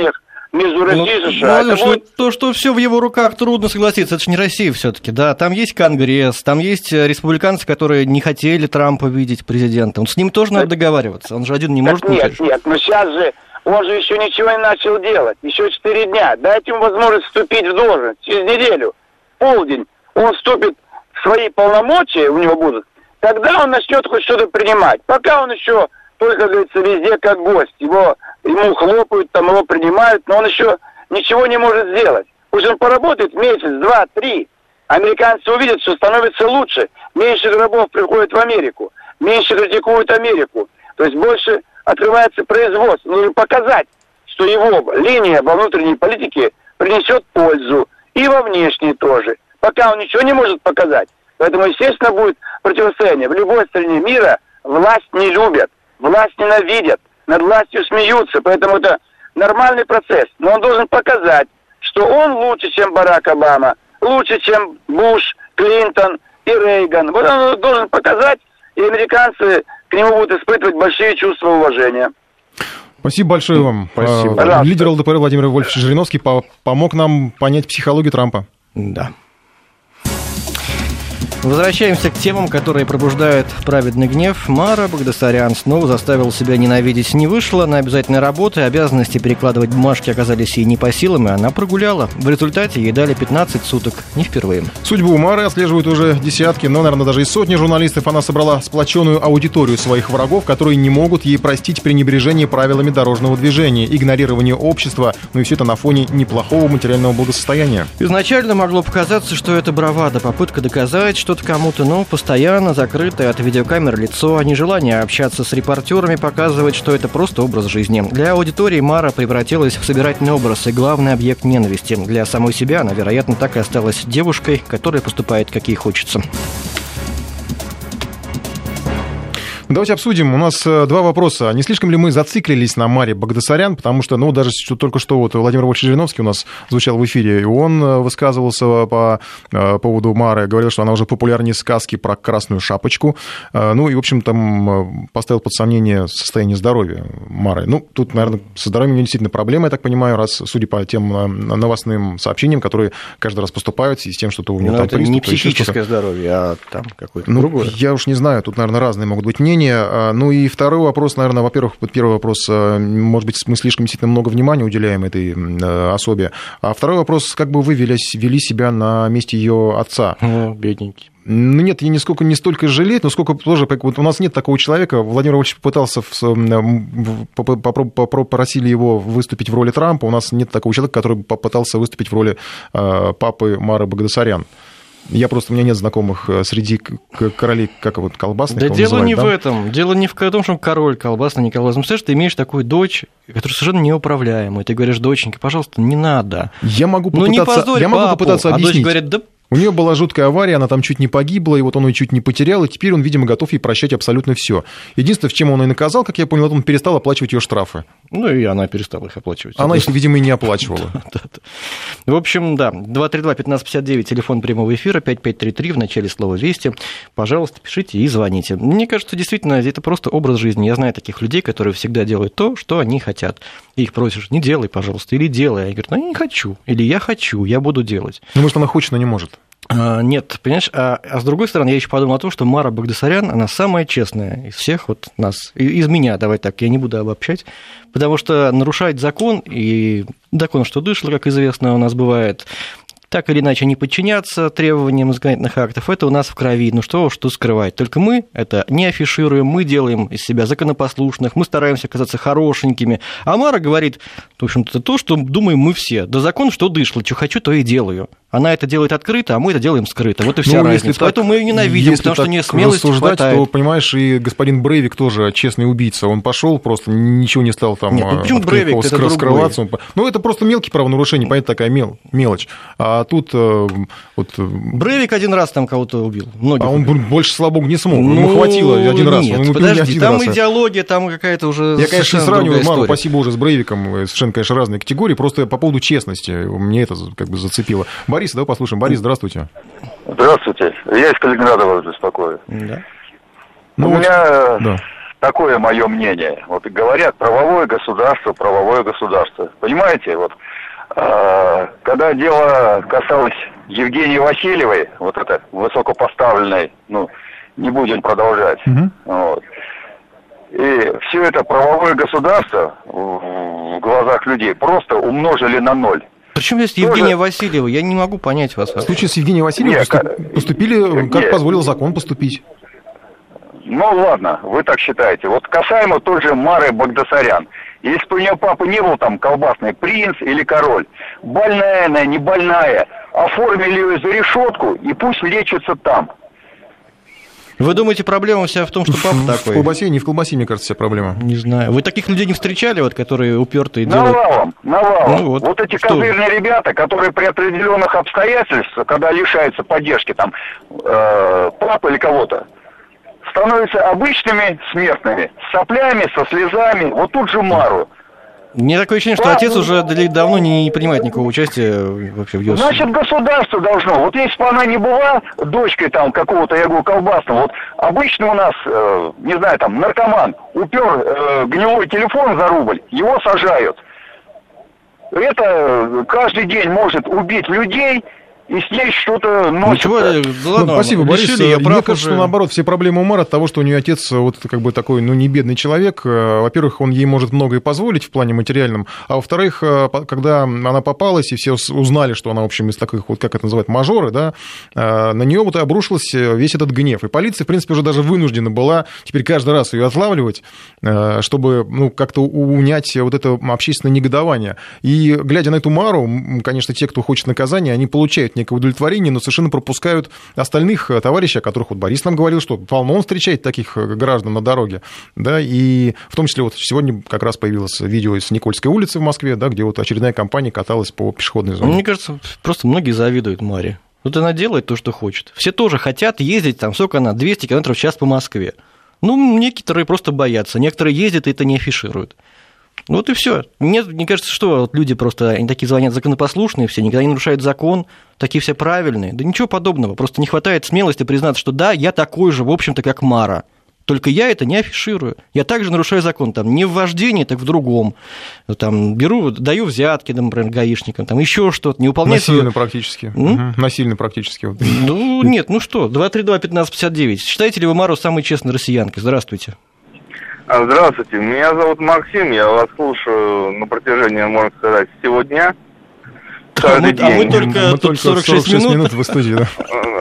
между Россией и ну, США. Ну, это что, будет... То, что все в его руках, трудно согласиться. Это же не Россия все-таки, да. Там есть Конгресс, там есть республиканцы, которые не хотели Трампа видеть президентом. С ним тоже надо договариваться. Он же один не так может. Нет, нет, но сейчас же он же еще ничего не начал делать. Еще четыре дня. Дайте ему возможность вступить в должность. Через неделю, полдень, он вступит в свои полномочия, у него будут. Тогда он начнет хоть что-то принимать. Пока он еще только, говорится, везде как гость. Его, ему хлопают, там его принимают, но он еще ничего не может сделать. Пусть он поработает месяц, два, три. Американцы увидят, что становится лучше. Меньше гробов приходит в Америку. Меньше критикуют Америку. То есть больше открывается производство. Нужно показать, что его линия во внутренней политике принесет пользу. И во внешней тоже. Пока он ничего не может показать. Поэтому, естественно, будет противостояние. В любой стране мира власть не любят, власть ненавидят, над властью смеются. Поэтому это нормальный процесс. Но он должен показать, что он лучше, чем Барак Обама, лучше, чем Буш, Клинтон и Рейган. Вот он должен показать, и американцы к нему будут испытывать большие чувства уважения. Спасибо большое вам. Спасибо. Пожалуйста. Лидер ЛДПР Владимир Вольфович Жириновский помог нам понять психологию Трампа. Да. Возвращаемся к темам, которые пробуждают праведный гнев. Мара Багдасарян снова заставила себя ненавидеть. Не вышла на обязательные работы, обязанности перекладывать бумажки оказались ей не по силам, и она прогуляла. В результате ей дали пятнадцать суток, не впервые. Судьбу Мары отслеживают уже десятки, но, наверное, даже и сотни журналистов. Она собрала сплоченную аудиторию своих врагов, которые не могут ей простить пренебрежение правилами дорожного движения, игнорирование общества, ну и все это на фоне неплохого материального благосостояния. Изначально могло показаться, что это бравада, попытка доказать, что что-то кому-то, но постоянно закрытое от видеокамер лицо, а нежелание общаться с репортерами показывает, что это просто образ жизни. Для аудитории Мара превратилась в собирательный образ и главный объект ненависти. Для самой себя она, вероятно, так и осталась девушкой, которая поступает, как ей хочется. Давайте обсудим. У нас два вопроса. Не слишком ли мы зациклились на Маре Багдасарян? Потому что, ну, даже что, только что вот Владимир Вольфович Жириновский у нас звучал в эфире, и он высказывался по поводу Мары, говорил, что она уже популярнее сказки про красную шапочку. Ну, и, в общем, там поставил под сомнение состояние здоровья Мары. Ну, тут, наверное, со здоровьем у нее действительно проблема, я так понимаю, раз, судя по тем новостным сообщениям, которые каждый раз поступают, и с тем, что-то у нее Но там это приступ, не психическое здоровье, а там какое-то ну, другое. Я уж не знаю, тут, наверное, разные могут быть мнения. Ну и второй вопрос, наверное, во-первых, первый вопрос, может быть, мы слишком действительно много внимания уделяем этой особе, а второй вопрос, как бы вы вели, вели себя на месте ее отца? О, бедненький. Ну нет, я нисколько, не столько жалеть, но сколько тоже, вот у нас нет такого человека, Владимир Вольфович попытался, попросили его выступить в роли Трампа, у нас нет такого человека, который попытался выступить в роли папы Мары Багдасарян. Я просто, у меня нет знакомых среди королей, как вот, колбасных. Да дело называют, не да? в этом. Дело не в том, что он король колбасный, не колбасный. Представляешь, ты имеешь такую дочь, которая совершенно неуправляемая. Ты говоришь, доченька, пожалуйста, не надо. Я могу попытаться, ну, не позорь я могу папу. попытаться объяснить. А дочь говорит, да... У нее была жуткая авария, она там чуть не погибла, и вот он ее чуть не потерял, и теперь он, видимо, готов ей прощать абсолютно все. Единственное, в чем он ее наказал, как я понял, он перестал оплачивать ее штрафы. Ну, и она перестала их оплачивать. Она их, видимо, и не оплачивала. В общем, да, два три два пятнадцать пятьдесят девять, телефон прямого эфира, пять пять три три, в начале слова «Вести». Пожалуйста, пишите и звоните. Мне кажется, действительно, это просто образ жизни. Я знаю таких людей, которые всегда делают то, что они хотят. И их просишь, не делай, пожалуйста, или делай. Они говорят, ну, я не хочу, или я хочу, я буду делать. Ну, может, она хочет, но не может. Нет, понимаешь, а, а с другой стороны, я еще подумал о том, что Мара Багдасарян, она самая честная из всех вот нас, из меня, давай так, я не буду обобщать, потому что нарушать закон, и закон, что дышло, как известно, у нас бывает, так или иначе не подчиняться требованиям законодательных актов, это у нас в крови, ну что уж тут скрывать. Только мы это не афишируем, мы делаем из себя законопослушных, мы стараемся казаться хорошенькими, а Мара говорит, в общем-то, то, что думаем мы все, да закон, что дышло, что хочу, то и делаю. Она это делает открыто, а мы это делаем скрыто. Вот и вся ну, разница. Так, поэтому мы ее ненавидим, потому что не смелости хватает. То, понимаешь, и господин Брейвик тоже честный убийца. Он пошел просто, ничего не стал там Нет, ну, почему Брейвик? Это скры- скрываться. Он... Ну, это просто мелкие правонарушения, понятно, такая мел... мелочь. А тут вот... Брейвик один раз там кого-то убил. Многих а он убил. больше, слава богу, не смог. Ну, ему хватило один раз. Нет, он подожди, один там раз. идеология, там какая-то уже Я, конечно, не сравниваю Мару, история. спасибо уже, с Брейвиком. Совершенно, конечно, разные категории. Просто по поводу честности. Мне это как бы зацепило. Борис, давай послушаем. Борис, здравствуйте. Здравствуйте. Я из Калининграда вас беспокою. Да. Ну, У вот, меня да. такое мое мнение. Вот говорят, правовое государство, правовое государство. Понимаете, вот э, когда дело касалось Евгении Васильевой, вот это высокопоставленной, ну, не будем продолжать. Mm-hmm. Вот. И все это правовое государство в, в глазах людей просто умножили на ноль. Причем здесь Тоже... Евгения Васильева? Я не могу понять вас. В случае с Евгенией Васильевой Нет, поступ... поступили, как нет. позволил закон поступить. Ну ладно, вы так считаете. Вот касаемо той же Мары Багдасарян. Если бы у нее папа не был там колбасный принц или король, больная она, не больная, оформили ее за решетку и пусть лечится там. Вы думаете, проблема вся в том, что папа в, такой? В колбасе, не в колбасе, мне кажется, вся проблема. Не знаю. Вы таких людей не встречали, вот, которые упертые делают? Навалом, навалом. Ну, вот вот эти что? козырные ребята, которые при определенных обстоятельствах, когда лишаются поддержки там э, папы или кого-то, становятся обычными смертными, с соплями, со слезами. Вот тут же Мару. Мне такое ощущение, что отец уже давно не принимает никакого участия вообще в ее... Значит, государство должно. Вот если бы она не была дочкой там какого-то, я говорю, колбасного, вот обычно у нас, э, не знаю, там, наркоман упер э, гнилой телефон за рубль, его сажают. Это каждый день может убить людей, и с ней что-то носится. Ничего, да ладно, ну, спасибо, Борис. решили, я Мне прав кажется, уже. что наоборот, все проблемы у Мары от того, что у нее отец вот как бы такой, ну, не бедный человек. Во-первых, он ей может многое позволить в плане материальном, а во-вторых, когда она попалась, и все узнали, что она, в общем, из таких, вот как это называют, мажоры, да, на нее вот и обрушился весь этот гнев. И полиция, в принципе, уже даже вынуждена была теперь каждый раз ее отлавливать, чтобы, ну, как-то унять вот это общественное негодование. И, глядя на эту Мару, конечно, те, кто хочет наказания, они получают некое удовлетворение, но совершенно пропускают остальных товарищей, о которых вот Борис нам говорил, что полно он встречает таких граждан на дороге, да, и в том числе вот сегодня как раз появилось видео из Никольской улицы в Москве, да, где вот очередная компания каталась по пешеходной зоне. Мне кажется, просто многие завидуют Маре. Вот она делает то, что хочет. Все тоже хотят ездить, там, сколько она, двести километров в час по Москве. Ну, некоторые просто боятся, некоторые ездят и это не афишируют. Вот и все. Мне, мне кажется, что вот люди просто, они такие звонят законопослушные все, никогда не нарушают закон, такие все правильные. Да ничего подобного, просто не хватает смелости признаться, что да, я такой же, в общем-то, как Мара. Только я это не афиширую. Я также нарушаю закон, там, не в вождении, так в другом. Там, беру, даю взятки, например, гаишникам, там, еще что-то, не выполняю... Насильно свою... практически. Угу. Насильно практически. Ну, нет, ну что, два три два пятнадцать пятьдесят девять. Считаете ли вы Мару самой честной россиянкой? Здравствуйте. Здравствуйте, меня зовут Максим, я вас слушаю на протяжении, можно сказать, всего дня. А мы, а мы только мы тут только сорок шесть минут. минут в студии, да?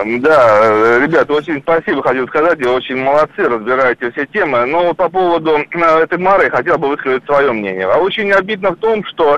Да, ребята, очень спасибо, хочу сказать, вы очень молодцы, разбираете все темы. Но по поводу этой Мары я хотел бы высказать свое мнение. А очень обидно в том, что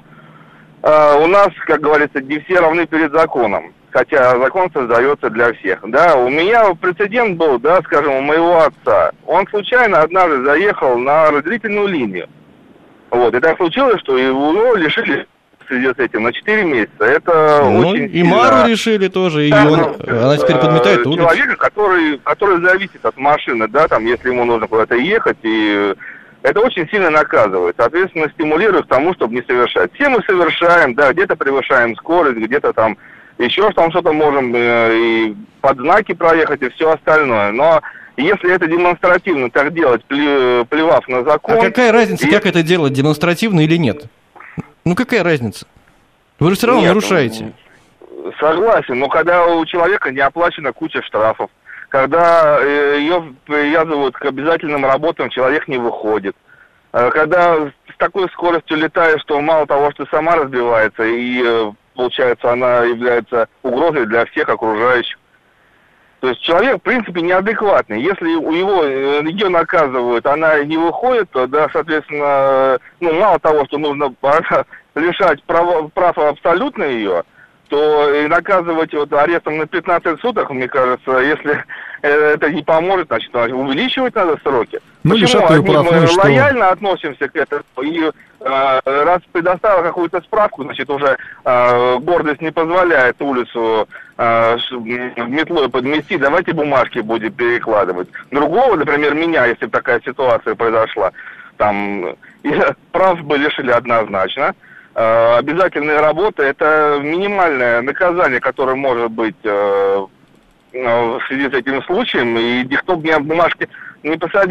э, у нас, как говорится, не все равны перед законом. Хотя закон создается для всех. Да, у меня прецедент был, да, скажем, у моего отца. Он случайно однажды заехал на разделительную линию. Вот, и так случилось, что его лишили в связи с этим на четыре месяца. Это ну, очень и сильно... Мару решили тоже, и да, он, ну, она теперь подметает улицу. Человека, который, который зависит от машины, да, там, если ему нужно куда-то ехать, и это очень сильно наказывает. Соответственно, стимулирует к тому, чтобы не совершать. Все мы совершаем, да, где-то превышаем скорость, где-то там еще там что-то можем э, и под знаки проехать, и все остальное. Но если это демонстративно так делать, плевав на закон... А какая разница, и... как это делать, демонстративно или нет? Ну, какая разница? Вы же все равно нет, нарушаете. Согласен, но когда у человека не оплачена куча штрафов, когда э, ее привязывают к обязательным работам, человек не выходит, э, когда с такой скоростью летаешь, что мало того, что сама разбивается, и... Э, получается, она является угрозой для всех окружающих. То есть человек, в принципе, неадекватный. Если у его, ее наказывают, она не выходит, то, да, соответственно, ну, мало того, что нужно лишать прав, прав абсолютно ее, то и наказывать вот арестом на пятнадцать суток, мне кажется, если это не поможет, значит, увеличивать надо сроки. Ну, почему одни прав, мы ну, лояльно что? относимся к этому, и э, раз предоставил какую-то справку, значит, уже э, гордость не позволяет улицу э, метлой подмести, давайте бумажки будем перекладывать. Другого, например, меня, если бы такая ситуация произошла, там, прав бы лишили однозначно. Э, обязательная работа – это минимальное наказание, которое может быть э, в связи с этим случаем, и никто бы меня в бумажке не посадил.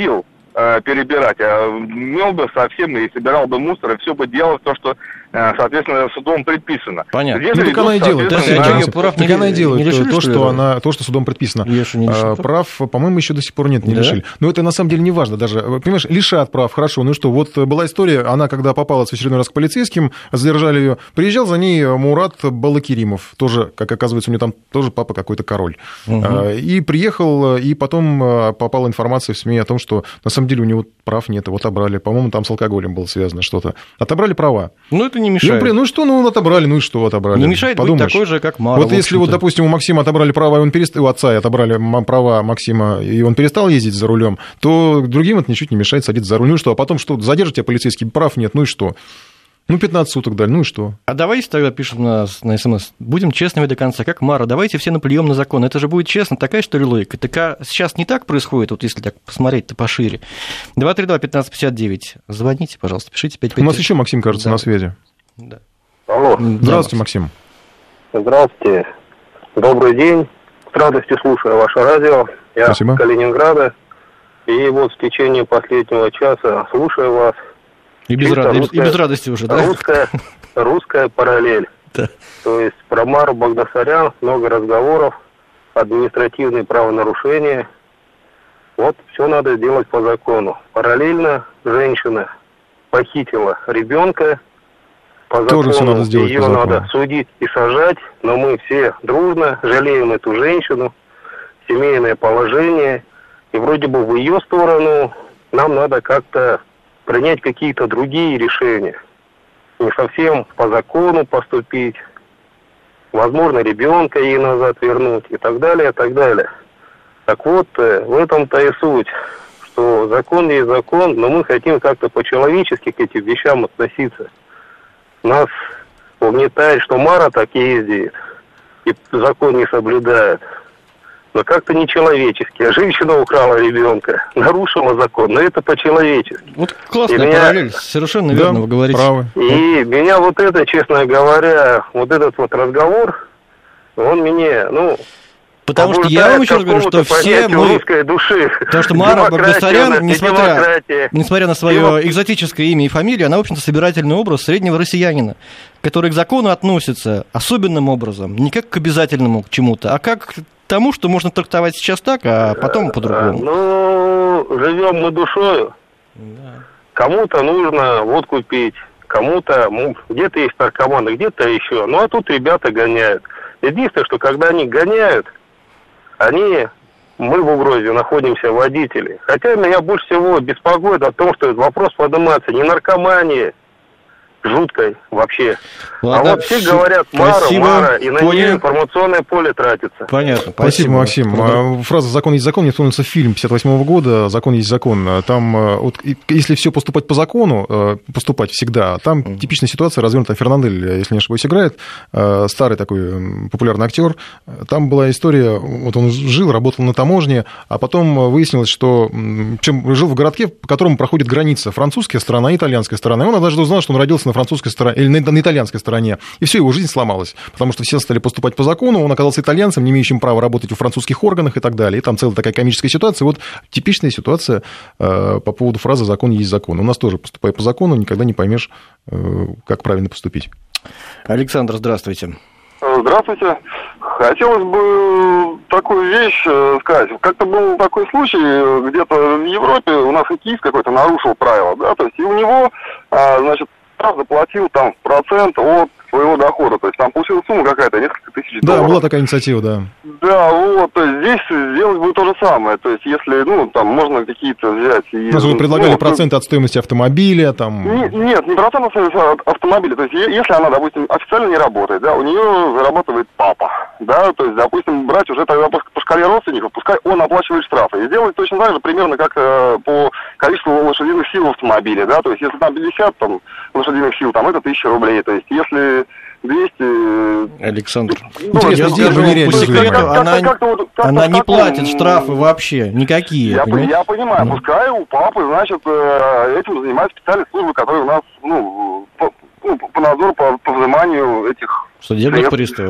э, перебирать, а мел бы совсем и собирал бы мусор, и все бы делал то, что, э, соответственно, судом предписано. Понятно. Ну, так она и делает. Да, да, прав так не, она и делает не лишили, то, что, что она, то, что судом предписано. А, прав, по-моему, еще до сих пор нет, не да? лишили. Но это на самом деле не важно даже. Понимаешь, лишат прав, хорошо. Ну что, вот была история, она, когда попала в очередной раз к полицейским, задержали ее, приезжал за ней Мурат Балакеримов, тоже, как оказывается, у него там тоже папа какой-то король. Угу. А, и приехал, и потом попала информация в СМИ о том, что на самом деле у него прав нет, его отобрали. По-моему, там с алкоголем было связано что-то. Отобрали права. Ну, это не мешает. Ну, ну что, ну, отобрали, ну и что отобрали? Не мешает Подумаешь. Быть такой же, как Мара. Вот если, вот, допустим, у Максима отобрали права, и он перестал, у отца отобрали права Максима, и он перестал ездить за рулем, то другим это ничуть не мешает садиться за руль. Ну и что? А потом что, задержат тебя полицейский, прав нет, ну и что? Ну, пятнадцать суток дали, ну и что? А давайте тогда пишем на, на СМС. Будем честными до конца, как Мара. Давайте все наплюем на закон. Это же будет честно. Такая, что ли, логика? Так сейчас не так происходит, вот если так посмотреть-то пошире. два три два пятнадцать пятьдесят девять. Звоните, пожалуйста, пишите пять пять пять. У нас еще Максим, кажется, да. на связи. Да. Алло. Здравствуйте, Максим. Здравствуйте. Добрый день. С радостью слушаю ваше радио. Я Спасибо. с Калининграда. И вот в течение последнего часа слушаю вас. И без, рад... русская, и без радости уже, да? Русская, русская параллель. Да. То есть про Мару Багдасарян много разговоров, административные правонарушения. Вот все надо делать по закону. Параллельно женщина похитила ребенка. По Тоже закону надо сделать ее надо судить и сажать, но мы все дружно жалеем эту женщину, семейное положение. И вроде бы в ее сторону нам надо как-то принять какие-то другие решения. Не совсем по закону поступить. Возможно, ребенка ей назад вернуть и так далее, и так далее. Так вот, в этом-то и суть, что закон есть закон, но мы хотим как-то по-человечески к этим вещам относиться. Нас угнетает, что Мара так ездит и закон не соблюдает. Но как-то нечеловечески. Женщина украла ребенка, нарушила закон, но это по-человечески. Вот классная меня... параллель, совершенно верно, да, вы говорите. Правы. И меня вот это, честно говоря, вот этот вот разговор, он мне, ну... Потому что я вам еще раз говорю, что все мы... русской души. Потому что Мара Багдасарян, несмотря, несмотря на свое Демо... экзотическое имя и фамилию, она, в общем-то, собирательный образ среднего россиянина, который к закону относится особенным образом, не как к обязательному к чему-то, а как к тому, что можно трактовать сейчас так, а потом по-другому. Ну, живем мы душою. Да. Кому-то нужно водку пить, кому-то, ну, где-то есть наркоманы, где-то еще. Ну, а тут ребята гоняют. Единственное, что когда они гоняют, они, мы в угрозе находимся, водители. Хотя меня больше всего беспокоит о том, что этот вопрос поднимается не наркомании жуткой вообще. Ладно, а вот все все говорят Мара, спасибо. Мара, и на нее информационное поле тратится. Понятно. Спасибо, спасибо Максим. Да. Фраза «закон есть закон» мне вспомнился фильм пятьдесят восьмого года «Закон есть закон». Там, вот, если все поступать по закону, поступать всегда, там mm-hmm. типичная ситуация развернута. Фернандель, если не ошибаюсь, играет, старый такой популярный актер. Там была история, вот он жил, работал на таможне, а потом выяснилось, что чем жил в городке, по которому проходит граница французская сторона и итальянская сторона. И он однажды узнал, что он родился на французской стороне или на, на итальянской стороне. И все, его жизнь сломалась, потому что все стали поступать по закону, он оказался итальянцем, не имеющим права работать у французских органах и так далее. И там целая такая комическая ситуация. Вот типичная ситуация э, по поводу фразы «закон есть закон». У нас тоже, поступая по закону, никогда не поймешь, э, как правильно поступить. Александр, здравствуйте. Здравствуйте. Хотелось бы такую вещь сказать. Как-то был такой случай, где-то в Европе у нас хоккеист какой-то нарушил правила, да, то есть и у него, значит, заплатил там процент от своего дохода, то есть там получилась сумма какая-то, несколько тысяч долларов. Да, была такая инициатива, да. Да, вот, то есть здесь сделать будет то же самое, то есть если, ну, там можно какие-то взять... И, ну, вы предлагали ну, проценты от стоимости автомобиля, там... Не, нет, не процент от стоимости автомобиля, то есть если она, допустим, официально не работает, да, у нее зарабатывает папа, да, то есть, допустим, брать уже тогда по, по шкале родственников, пускай он оплачивает штрафы, и сделать точно так же примерно как э, по количеству лошадиных сил в автомобиле, да, то есть если там пятьдесят там, лошадиных сил, там это тысяча рублей, то есть если... двести... Александр, ну, интересно, я скажу, по секрету, она, она не платит штрафы вообще, никакие. Я, я понимаю, ну. Пускай у папы, значит, этим занимаются специальные службы, которые у нас, ну, по, ну, по надзору, по, по взиманию этих... Судебных приставов.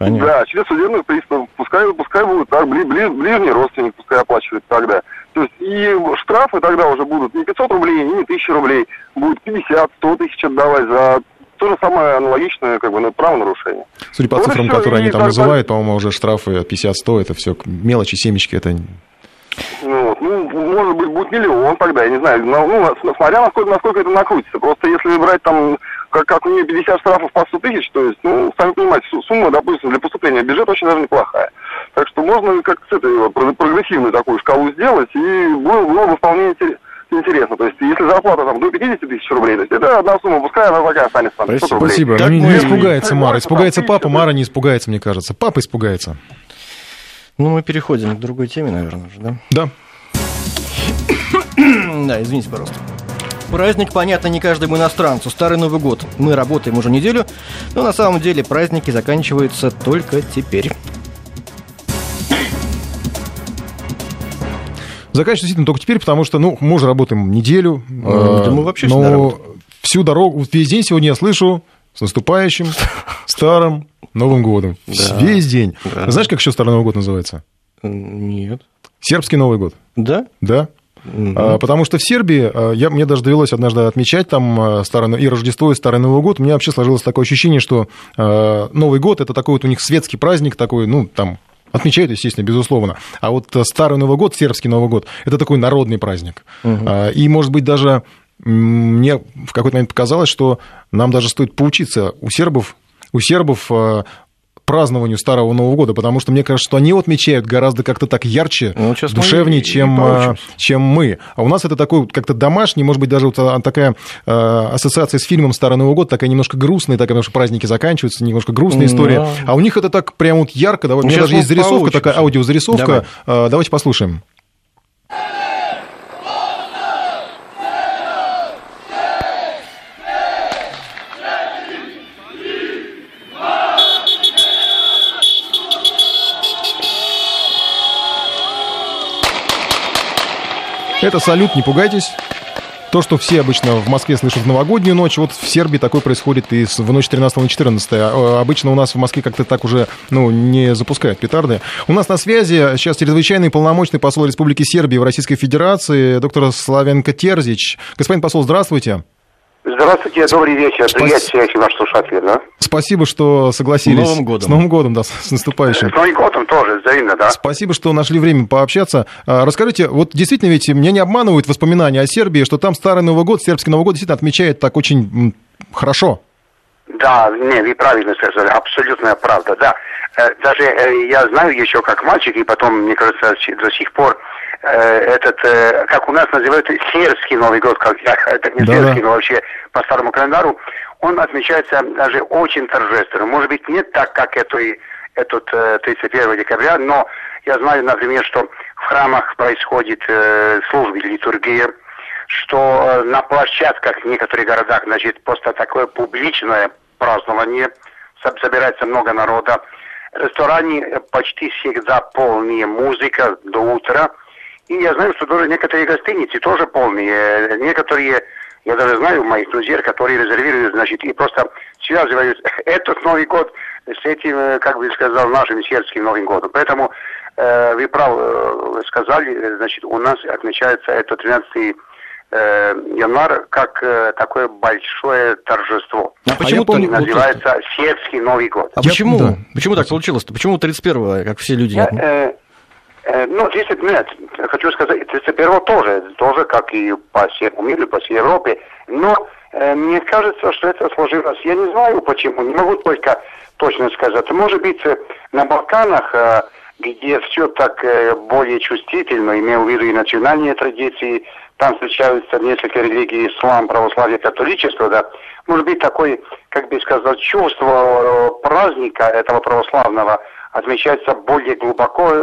Понятно. Да, через судебных приставов. Пускай, пускай будут так, бли, бли, ближний родственник, пускай оплачивает тогда. То есть и штрафы тогда уже будут не пятьсот рублей, не тысяча рублей, будет пятьдесят, сто тысяч отдавать за то же самое аналогичное как бы, правонарушение. Судя по вот цифрам, все, которые они там так, называют, по-моему, уже штрафы пятьдесят-сто, это все мелочи, семечки, это... Ну, вот, ну, может быть, будет миллион тогда, я не знаю, ну, ну смотря насколько, насколько это накрутится. Просто если брать там, как, как у нее пятьдесят штрафов по сто тысяч, то есть, ну, сами понимаете, сумма, допустим, для поступления в бюджет очень даже неплохая. Так что можно как-то с этой вот, прогрессивную такую шкалу сделать, и было, было бы вполне интересно. То есть, если зарплата там до пятьдесят тысяч рублей, то есть, это одна сумма, пускай она такая останется. Там, Спасибо. Спасибо. Не, не испугается Мара, испугается папа, Мара не испугается, мне кажется. Папа испугается. Ну, мы переходим к другой теме, наверное, уже, да? Да. Да, извините, пожалуйста. Праздник, понятно, не каждому иностранцу. Старый Новый год. Мы работаем уже неделю, но на самом деле праздники заканчиваются только теперь. Заканчивается действительно только теперь, потому что, ну, мы уже работаем неделю. А, да мы вообще всегда работаем. Всю дорогу, весь день сегодня я слышу с наступающим старым Новым годом. Да. Весь день. Да. Знаешь, как еще Старый Новый год называется? Нет. Сербский Новый год. Да? Да. Угу. А, потому что в Сербии, я, мне даже довелось однажды отмечать там старый, и Рождество, и Старый Новый год. У меня вообще сложилось такое ощущение, что а, Новый год – это такой вот у них светский праздник, такой, ну, там, отмечают, естественно, безусловно. А вот Старый Новый год, сербский Новый год – это такой народный праздник. Угу. А, и, может быть, даже мне в какой-то момент показалось, что нам даже стоит поучиться у сербов, у сербов празднованию Старого Нового года, потому что мне кажется, что они отмечают гораздо как-то так ярче, ну, душевнее, чем, чем мы. А у нас это такой как-то домашний, может быть, даже вот такая э, ассоциация с фильмом «Старый Новый год», такая немножко грустная, такая, потому что праздники заканчиваются, немножко грустная история. Но... А у них это так прям вот ярко. Давай, у меня даже есть зарисовка, поучимся. Такая аудиозарисовка. Давай. Давайте послушаем. Это салют, не пугайтесь. То, что все обычно в Москве слышат в новогоднюю ночь, вот в Сербии такое происходит и в ночь тринадцатого на четырнадцатое. Обычно у нас в Москве как-то так уже ну, не запускают петарды. У нас на связи сейчас чрезвычайный полномочный посол Республики Сербии в Российской Федерации, доктор Славенко Терзич. Господин посол, здравствуйте. Здравствуйте, добрый вечер. Спас... Приветствую ваших слушателей, да? Спасибо, что согласились. С Новым годом. С Новым годом, да, с наступающим. С Новым годом тоже, взаимно, да. Спасибо, что нашли время пообщаться. Расскажите, вот действительно ведь меня не обманывают воспоминания о Сербии, что там Старый Новый год, сербский Новый год действительно отмечает так очень хорошо. Да, не, вы правильно сказали, абсолютная правда, да. Даже я знаю еще как мальчик, и потом, мне кажется, до сих пор этот, как у нас называют, сербский Новый год, как это не да, сербский, да. но вообще по старому календару, он отмечается даже очень торжественно. Может быть, не так, как это, этот тридцать первого декабря, но я знаю, например, что в храмах происходит службы, литургия, что на площадках в некоторых городах, значит, просто такое публичное празднование, собирается много народа. Рестораны почти всегда полные, музыка до утра. И я знаю, что тоже некоторые гостиницы тоже полные. Некоторые, я даже знаю моих друзей, которые резервируют, значит, и просто связывают этот Новый год с этим, как бы сказал, нашим сербским Новым годом. Поэтому э, вы правы сказали, значит, у нас отмечается это тринадцатого января как э, такое большое торжество. А почему помню, называется вот сербский Новый год. А почему? Да. Почему так получилось-то? Почему тридцать первого, как все люди? Я, э, э, ну, тридцать, нет, хочу сказать, тридцать первого тоже, тоже как и по всему миру, по всей Европе. Но э, мне кажется, что это сложилось. Я не знаю почему, не могу только точно сказать. Может быть, на Балканах, э, где все так э, более чувствительно, имею в виду и национальные традиции, там встречаются несколько религий, ислам, православие, католичество, да. Может быть, такое, как бы сказать, чувство праздника этого православного отмечается более глубоко,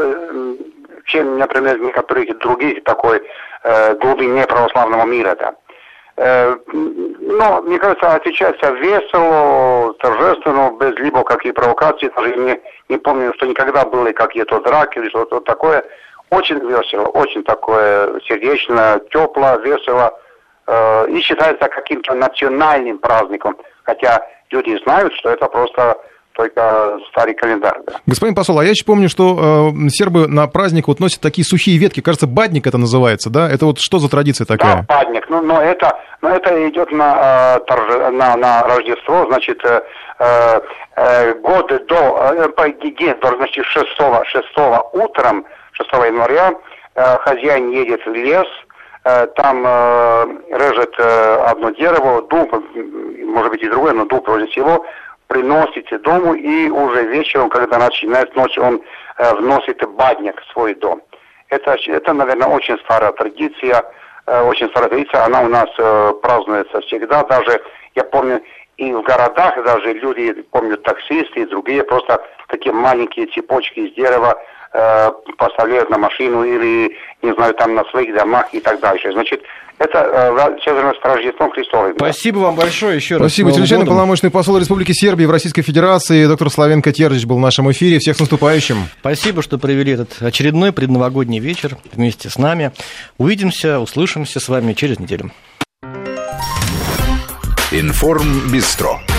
чем, например, в некоторых других такой э, глубине православного мира, да. Э, но, мне кажется, отвечается весело, торжественно, без либо каких провокаций, даже не, не помню, что никогда были какие-то драки или что-то такое. Очень весело, очень такое сердечно, тепло, весело. Э, и считается каким-то национальным праздником. Хотя люди знают, что это просто только старый календарь. Да. Господин посол, а я еще помню, что э, сербы на праздник вот носят такие сухие ветки, кажется, бадник это называется, да? Это вот что за традиция такая? Да, бадник, ну, но это, но это идет на, э, торж... на, на Рождество, значит, э, э, год до, э, значит, шестого, шестого утром, шестого января, э, хозяин едет в лес, э, там э, режет э, одно дерево, дуб, может быть и другое, но дуб прежде всего, приносите дому, и уже вечером, когда начинает ночь, он э, вносит бадник в свой дом. Это, это, наверное, очень старая традиция, э, очень старая традиция, она у нас э, празднуется всегда, даже, я помню, и в городах даже люди, помню, таксисты и другие, просто такие маленькие цепочки из дерева э, поставляют на машину или, не знаю, там на своих домах и так дальше. Значит, это связано с Рождеством Христовым. Спасибо вам большое еще раз. Спасибо. Чрезвычайно полномочный посол Республики Сербии в Российской Федерации доктор Славенко Терзич был в нашем эфире. Всех с наступающим. Спасибо, что провели этот очередной предновогодний вечер вместе с нами. Увидимся, услышимся с вами через неделю. Информбистро.